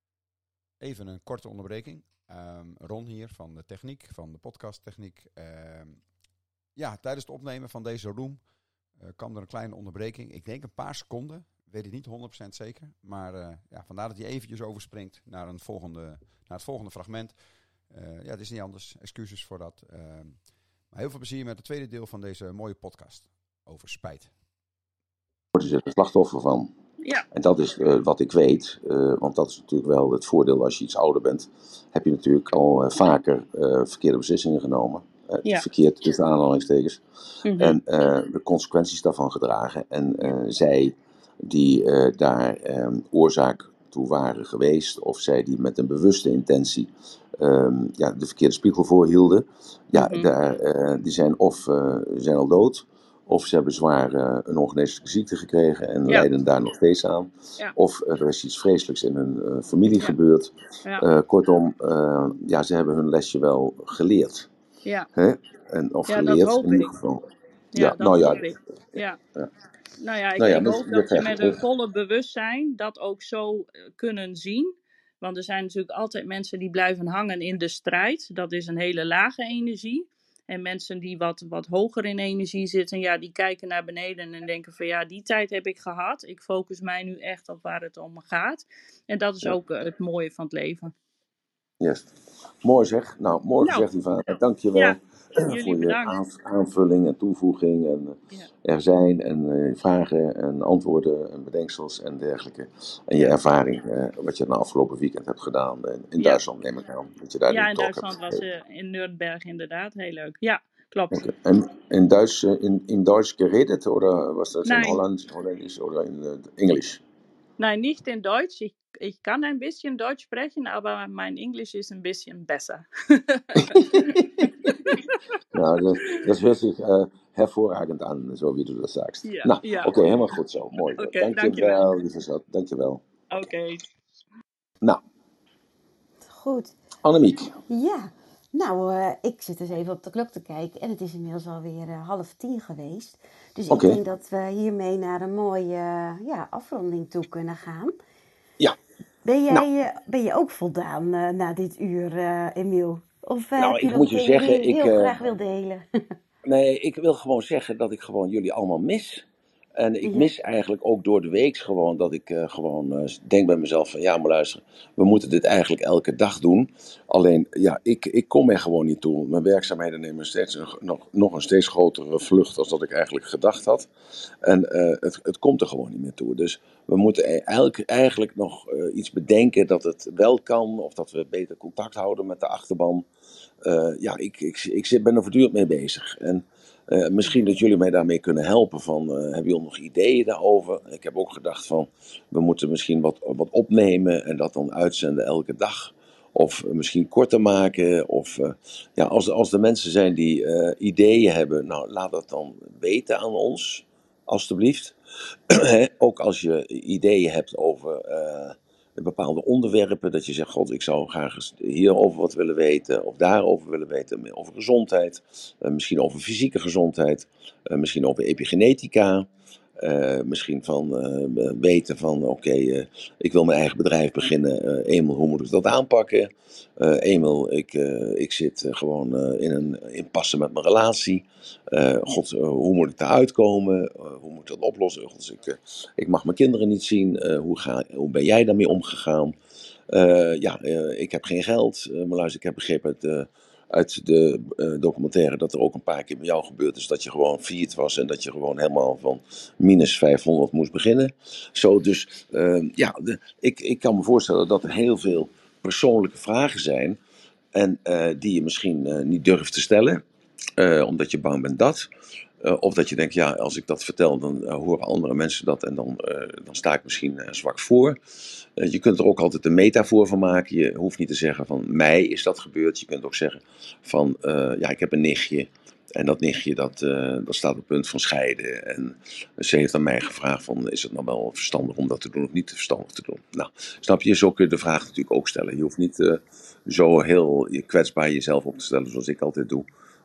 S5: Even een korte onderbreking. Um, Ron hier van de techniek, van de podcasttechniek. Um, ja, tijdens het opnemen van deze room uh, kwam er een kleine onderbreking. Ik denk een paar seconden, weet ik niet honderd procent zeker. Maar uh, ja, vandaar dat hij eventjes overspringt naar, een volgende, naar het volgende fragment. Uh, ja, het is niet anders. Excuses voor dat. Uh, maar heel veel plezier met het tweede deel van deze mooie podcast over spijt.
S1: Wordt er slachtoffer van.
S4: Ja.
S1: En dat is uh, wat ik weet, uh, want dat is natuurlijk wel het voordeel als je iets ouder bent. Heb je natuurlijk al uh, vaker uh, verkeerde beslissingen genomen. Uh,
S4: ja.
S1: Verkeerd tussen aanhalingstekens.
S4: Mm-hmm.
S1: En uh, de consequenties daarvan gedragen. En uh, ja. zij die uh, daar um, oorzaak toe waren geweest, of zij die met een bewuste intentie um, ja, de verkeerde spiegel voorhielden, ja,
S4: mm-hmm.
S1: daar, uh, die zijn of uh, zijn al dood. Of ze hebben zwaar uh, een ongeneeslijke ziekte gekregen en ja. lijden daar nog steeds aan.
S4: Ja.
S1: Of uh, er is iets vreselijks in hun uh, familie
S4: ja.
S1: gebeurd.
S4: Ja.
S1: Uh, kortom, uh, ja, ze hebben hun lesje wel geleerd.
S4: Ja,
S1: Hè? En, of
S4: ja
S1: geleerd
S4: dat hoop
S1: in ieder
S4: ik.
S1: geval.
S4: Ja,
S1: Ja,
S4: dat
S1: nou
S4: hoop
S1: ja.
S4: ik. Ja.
S1: ja.
S4: Nou ja, ik,
S1: nou ja,
S4: ik hoop dat ze met
S1: terug.
S4: een volle bewustzijn dat ook zo kunnen zien. Want er zijn natuurlijk altijd mensen die blijven hangen in de strijd. Dat is een hele lage energie. En mensen die wat, wat hoger in energie zitten, ja, die kijken naar beneden en denken van ja, die tijd heb ik gehad. Ik focus mij nu echt op waar het om gaat. En dat is ja. ook uh, het mooie van het leven.
S1: Yes. Mooi zeg. Nou, mooi
S4: nou,
S1: gezegd, Ivana. Dank je wel
S4: ja,
S1: voor je aan, aanvulling en toevoeging. En
S4: ja.
S1: er zijn en uh, vragen en antwoorden en bedenksels en dergelijke. En je ervaring, uh, wat je na afgelopen weekend hebt gedaan in, in ja. Duitsland, neem ik aan. Dat je daar
S4: ja,
S1: die
S4: in
S1: talk
S4: Duitsland
S1: hebt
S4: was uh, in Nürnberg inderdaad heel leuk. Ja, klopt.
S1: Okay. En in Duits, uh, in, in Duits geredet oder was das
S4: Nein.
S1: in Holland, Holländisch oder in uh, Englisch?
S4: Nein, nicht in Deutsch. Ich, ich kann ein bisschen Deutsch sprechen, aber mein Englisch ist ein bisschen besser.
S1: Nou, das, das hört sich äh, hervorragend an, so wie du das sagst.
S4: Ja,
S1: nou,
S4: ja.
S1: oké, okay, helemaal goed zo. Mooi.
S4: Okay,
S1: dank je wel, lieve schat. Dank je wel.
S4: Oké. Okay.
S1: Nou.
S3: Goed.
S1: Annemiek.
S3: Ja. Nou, uh, ik zit dus even op de klok te kijken en het is inmiddels alweer uh, half tien geweest. Dus okay. ik denk dat we hiermee naar een mooie uh, ja, afronding toe kunnen gaan.
S1: Ja.
S3: Ben, jij,
S1: nou.
S3: uh, ben je ook voldaan uh, na dit uur, uh, Emiel? Of uh,
S1: nou,
S3: heb je
S1: ik
S3: nog
S1: moet je
S3: dingen
S1: zeggen,
S3: die je
S1: ik,
S3: heel
S1: uh,
S3: graag wil delen?
S1: nee, ik wil gewoon zeggen dat ik gewoon jullie allemaal mis. En ik
S3: ja.
S1: mis eigenlijk ook door de week gewoon dat ik uh, gewoon uh, denk bij mezelf van ja, maar luister, we moeten dit eigenlijk elke dag doen. Alleen, ja, ik, ik kom er gewoon niet toe. Mijn werkzaamheden nemen steeds een, nog, nog een steeds grotere vlucht dan dat ik eigenlijk gedacht had. En uh, het, het komt er gewoon niet meer toe. Dus we moeten eigenlijk, eigenlijk nog uh, iets bedenken dat het wel kan. Of dat we beter contact houden met de achterban. Uh, ja, ik, ik, ik zit, ben er voortdurend mee bezig. En Uh, misschien dat jullie mij daarmee kunnen helpen. Van, uh, hebben jullie nog ideeën daarover? Ik heb ook gedacht van, we moeten misschien wat, wat opnemen en dat dan uitzenden elke dag. Of uh, misschien korter maken. Of uh, ja, als, als er mensen zijn die uh, ideeën hebben, nou laat dat dan weten aan ons, alstublieft. Ook als je ideeën hebt over uh, bepaalde onderwerpen, dat je zegt, god, ik zou graag hierover wat willen weten, of daarover willen weten, over gezondheid, uh, misschien over fysieke gezondheid, uh, misschien over epigenetica, uh, misschien van uh, weten van, oké, okay, uh, ik wil mijn eigen bedrijf beginnen, uh, Emil, hoe moet ik dat aanpakken? Uh, Emil, ik, uh, ik zit uh, gewoon uh, in een impasse met mijn relatie. Uh, God, uh, hoe moet ik daaruit komen? Uh, hoe moet ik dat oplossen? God, ik, uh, ik mag mijn kinderen niet zien. Uh, hoe, ga, hoe ben jij daarmee omgegaan? Uh, ja, uh, ik heb geen geld. Uh, maar luister, ik heb begrepen uit, uh, uit de uh, documentaire dat er ook een paar keer bij jou gebeurd is dat je gewoon failliet was en dat je gewoon helemaal van minus vijfhonderd moest beginnen. Zo, dus uh, ja, de, ik, ik kan me voorstellen dat er heel veel persoonlijke vragen zijn en uh, die je misschien uh, niet durft te stellen. Uh, omdat je bang bent dat. Uh, of dat je denkt, ja, als ik dat vertel, dan uh, horen andere mensen dat en dan, uh, dan sta ik misschien uh, zwak voor. Uh, je kunt er ook altijd een metafoor van maken. Je hoeft niet te zeggen van, mij is dat gebeurd. Je kunt ook zeggen van, uh, ja, ik heb een nichtje. En dat nichtje, dat, uh, dat staat op het punt van scheiden. En ze heeft aan mij gevraagd van, is het nou wel verstandig om dat te doen of niet verstandig te doen? Nou, snap je, zo kun je de vraag natuurlijk ook stellen. Je hoeft niet uh, zo heel kwetsbaar jezelf op te stellen zoals ik altijd doe.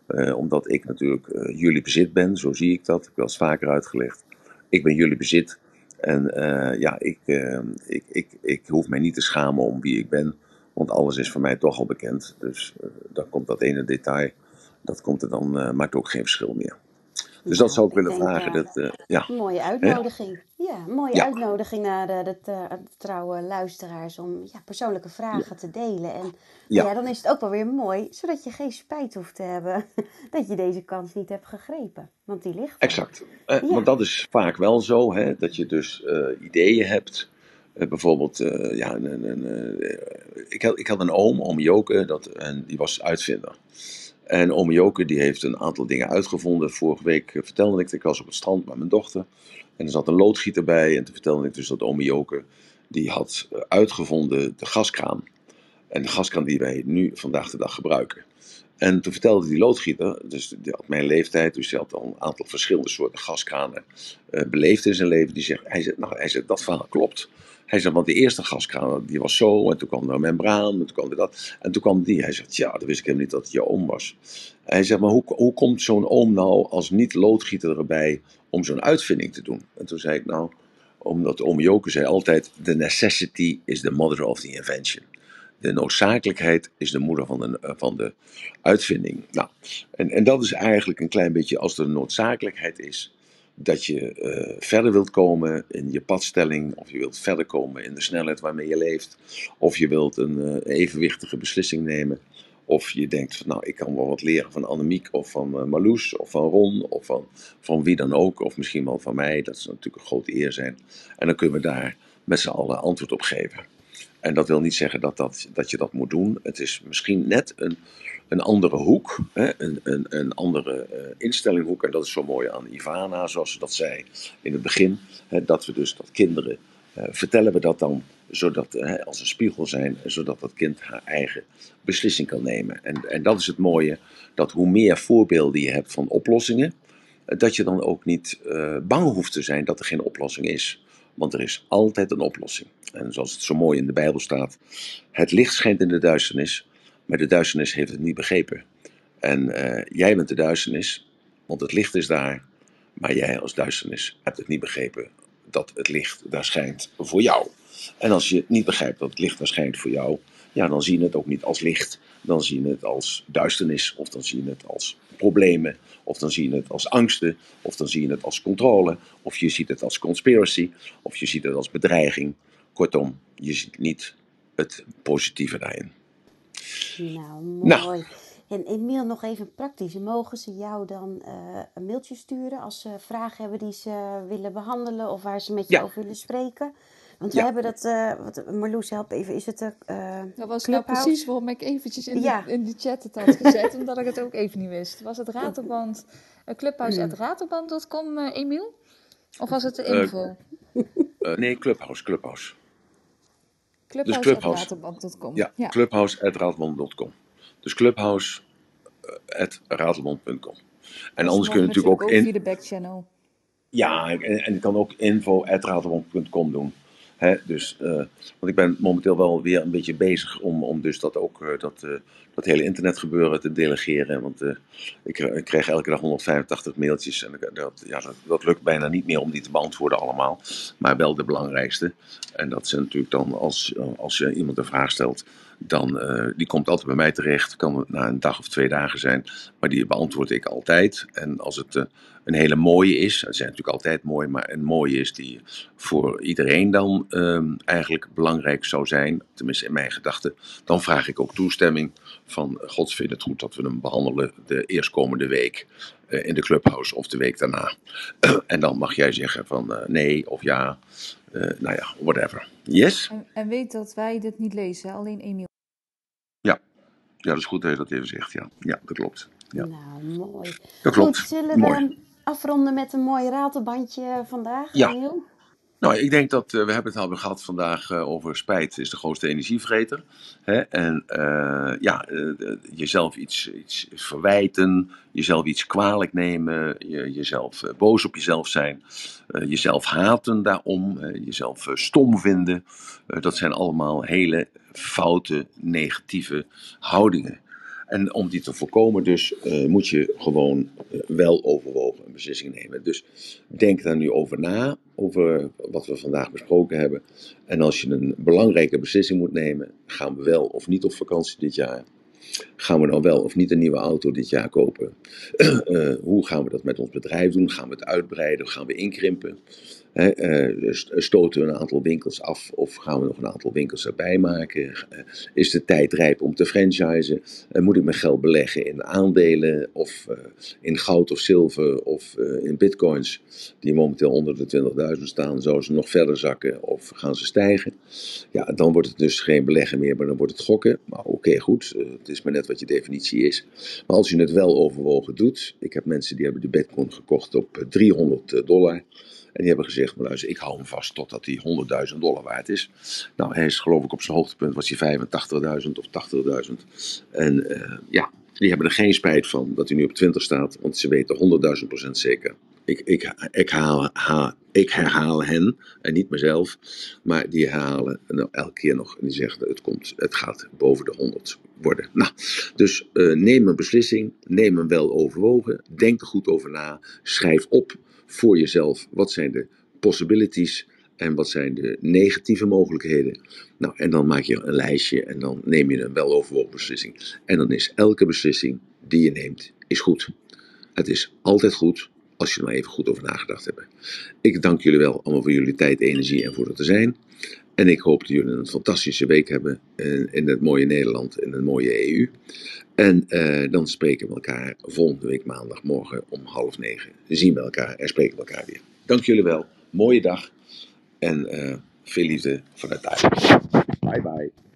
S1: Uh, omdat ik natuurlijk uh, jullie bezit ben, zo zie ik dat. Ik heb wel eens vaker uitgelegd. Ik ben jullie bezit. En uh, ja, ik, uh, ik, ik, ik hoef mij niet te schamen om wie ik ben. Want alles is voor mij toch al bekend. Dus uh, dan komt dat ene detail. Dat komt er dan, uh, maakt ook geen verschil meer. Dus
S3: nou,
S1: dat zou ik, ik willen
S3: denk,
S1: vragen.
S3: Uh,
S1: dat, uh, ja.
S3: Een mooie uitnodiging. He? Ja, een mooie
S1: ja.
S3: uitnodiging naar de, de, de, de trouwe luisteraars om ja, persoonlijke vragen ja. te delen. En
S1: ja.
S3: ja, dan is het ook wel weer mooi, zodat je geen spijt hoeft te hebben dat je deze kans niet hebt gegrepen. Want die ligt er.
S1: Exact. Uh, ja. Want dat is vaak wel zo, hè, dat je dus uh, ideeën hebt. Uh, bijvoorbeeld, uh, ja, een, een, uh, ik, had, ik had een oom, oom Joke, dat, en die was uitvinder. En oom Joke die heeft een aantal dingen uitgevonden. Vorige week uh, vertelde ik, ik was op het strand met mijn dochter. En er zat een loodgieter bij. En toen vertelde ik dus dat oom Joke, die had uh, uitgevonden de gaskraan. En de gaskraan die wij nu vandaag de dag gebruiken. En toen vertelde die loodgieter, dus die had mijn leeftijd, dus die had al een aantal verschillende soorten gaskranen uh, beleefd in zijn leven. Die zegt, hij zegt, nou, hij zegt, dat verhaal klopt. Hij zegt, want de eerste gaskraan, die was zo, en toen kwam er een membraan, en toen kwam er dat. En toen kwam die, hij zegt, ja, dat wist ik helemaal niet dat het je oom was. Hij zegt, maar hoe, hoe komt zo'n oom nou als niet-loodgieter erbij om zo'n uitvinding te doen? En toen zei ik, nou, omdat oom Joke zei altijd, the necessity is the mother of the invention. De noodzakelijkheid is de moeder van de, van de uitvinding. Nou, en, en dat is eigenlijk een klein beetje als er een noodzakelijkheid is dat je uh, verder wilt komen in je padstelling, of je wilt verder komen in de snelheid waarmee je leeft, of je wilt een uh, evenwichtige beslissing nemen, of je denkt van nou, ik kan wel wat leren van Annemiek, of van uh, Marloes, of van Ron, of van, van wie dan ook, of misschien wel van mij, dat zou natuurlijk een grote eer zijn. En dan kunnen we daar met z'n allen antwoord op geven. En dat wil niet zeggen dat, dat, dat je dat moet doen. Het is misschien net een, een andere hoek, hè? Een, een, een andere uh, instellinghoek. En dat is zo mooi aan Ivana, zoals ze dat zei in het begin. Hè? Dat we dus dat kinderen, uh, vertellen we dat dan, zodat uh, als een spiegel zijn, zodat dat kind haar eigen beslissing kan nemen. En, en dat is het mooie, dat hoe meer voorbeelden je hebt van oplossingen, dat je dan ook niet uh, bang hoeft te zijn dat er geen oplossing is. Want er is altijd een oplossing. En zoals het zo mooi in de Bijbel staat, het licht schijnt in de duisternis, maar de duisternis heeft het niet begrepen. En uh, jij bent de duisternis, want het licht is daar, maar jij als duisternis hebt het niet begrepen dat het licht daar schijnt voor jou. En als je niet begrijpt dat het licht daar schijnt voor jou, ja, dan zie je het ook niet als licht, dan zie je het als duisternis, of dan zie je het als problemen, of dan zie je het als angsten, of dan zie je het als controle, of je ziet het als conspiracy, of je ziet het als bedreiging. Kortom, je ziet niet het positieve daarin.
S3: Nou, mooi. Nou. En Emiel, nog even praktisch. Mogen ze jou dan uh, een mailtje sturen als ze vragen hebben die ze willen behandelen of waar ze met je ja. over willen spreken? Want we ja. hebben dat, uh, wat, Marloes, help even, is het uh,
S2: dat was nou precies waarom ik eventjes in, ja. de, in de chat het had gezet, omdat ik het ook even niet wist. Was het Ratelband, uh, clubhouse at ratelband dot com, uh, Emiel? Of was het de info?
S1: Uh, uh, nee, Clubhouse, Clubhouse.
S2: Clubhouse
S1: dus Clubhouse.
S2: at ratelband dot com.
S1: Ja, ja. Clubhouse at ratelband dot com. Dus Clubhouse at ratelband punt com. En dus anders kun je natuurlijk ook in...
S2: via de backchannel.
S1: Ja, en, en je kan ook info at ratelband punt com doen. He, dus, uh, want ik ben momenteel wel weer een beetje bezig om, om dus dat ook, uh, dat, uh, dat hele internetgebeuren te delegeren. Want uh, ik, ik krijg elke dag honderdvijfentachtig mailtjes en dat, ja, dat, dat lukt bijna niet meer om die te beantwoorden allemaal. Maar wel de belangrijkste. En dat zijn natuurlijk dan, als, als je iemand een vraag stelt, dan, uh, die komt altijd bij mij terecht. Kan het na een dag of twee dagen zijn, maar die beantwoord ik altijd. En als het uh, een hele mooie is, het zijn natuurlijk altijd mooi, maar een mooie is die voor iedereen dan um, eigenlijk belangrijk zou zijn, tenminste in mijn gedachten, dan vraag ik ook toestemming van God vindt het goed dat we hem behandelen de eerstkomende week uh, in de Clubhouse of de week daarna. En dan mag jij zeggen van uh, nee of ja, uh, nou ja, whatever. Yes?
S2: En, en weet dat wij dit niet lezen, alleen Emiel.
S1: Ja. Ja, dat is goed dat je dat even zegt, ja. Ja, dat klopt. Ja.
S3: Nou, mooi.
S1: Dat klopt.
S3: Goed, zullen
S1: mooi.
S3: we afronden met een mooi ratelbandje vandaag,
S1: ja.
S3: Emiel?
S1: Nou, ik denk dat, uh, we hebben het al gehad vandaag uh, over spijt is de grootste energievreter. Hè? En uh, ja, uh, jezelf iets, iets verwijten, jezelf iets kwalijk nemen, je, jezelf uh, boos op jezelf zijn, uh, jezelf haten daarom, uh, jezelf uh, stom vinden. Uh, dat zijn allemaal hele foute, negatieve houdingen. En om die te voorkomen dus, uh, moet je gewoon uh, wel overwogen een beslissing nemen. Dus denk daar nu over na, over wat we vandaag besproken hebben. En als je een belangrijke beslissing moet nemen, gaan we wel of niet op vakantie dit jaar? Gaan we nou wel of niet een nieuwe auto dit jaar kopen? uh, hoe gaan we dat met ons bedrijf doen? Gaan we het uitbreiden? Gaan we inkrimpen? He, uh, stoten we een aantal winkels af of gaan we nog een aantal winkels erbij maken? Uh, is de tijd rijp om te franchisen? Uh, moet ik mijn geld beleggen in aandelen of uh, in goud of zilver of uh, in bitcoins die momenteel onder de twintigduizend staan? Zouden ze nog verder zakken of gaan ze stijgen? Ja, dan wordt het dus geen beleggen meer, maar dan wordt het gokken. Maar oké, okay, goed, uh, het is maar net wat je definitie is. Maar als je het wel overwogen doet, ik heb mensen die hebben de bitcoin gekocht op driehonderd dollar. En die hebben gezegd, maar luister, ik hou hem vast totdat hij honderdduizend dollar waard is. Nou, hij is geloof ik op zijn hoogtepunt, was hij vijfentachtigduizend of tachtigduizend. En uh, ja, die hebben er geen spijt van dat hij nu op twintig staat, want ze weten honderdduizend procent zeker. Ik, ik, ik, haal, ha, ik herhaal hen, en niet mezelf, maar die herhalen nou, elke keer nog. En die zeggen, het, komt, het gaat boven de honderd worden. Nou, dus uh, neem een beslissing, neem hem wel overwogen, denk er goed over na, schrijf op voor jezelf, wat zijn de possibilities en wat zijn de negatieve mogelijkheden. Nou, en dan maak je een lijstje en dan neem je een weloverwogen beslissing. En dan is elke beslissing die je neemt, is goed. Het is altijd goed als je er maar even goed over nagedacht hebt. Ik dank jullie wel allemaal voor jullie tijd, energie en voor er te zijn. En ik hoop dat jullie een fantastische week hebben in, in het mooie Nederland, in het mooie E U. En uh, dan spreken we elkaar volgende week maandagmorgen om half negen. Zien we elkaar en spreken we elkaar weer. Dank jullie wel. Mooie dag. En uh, veel liefde vanuit thuis. Bye bye.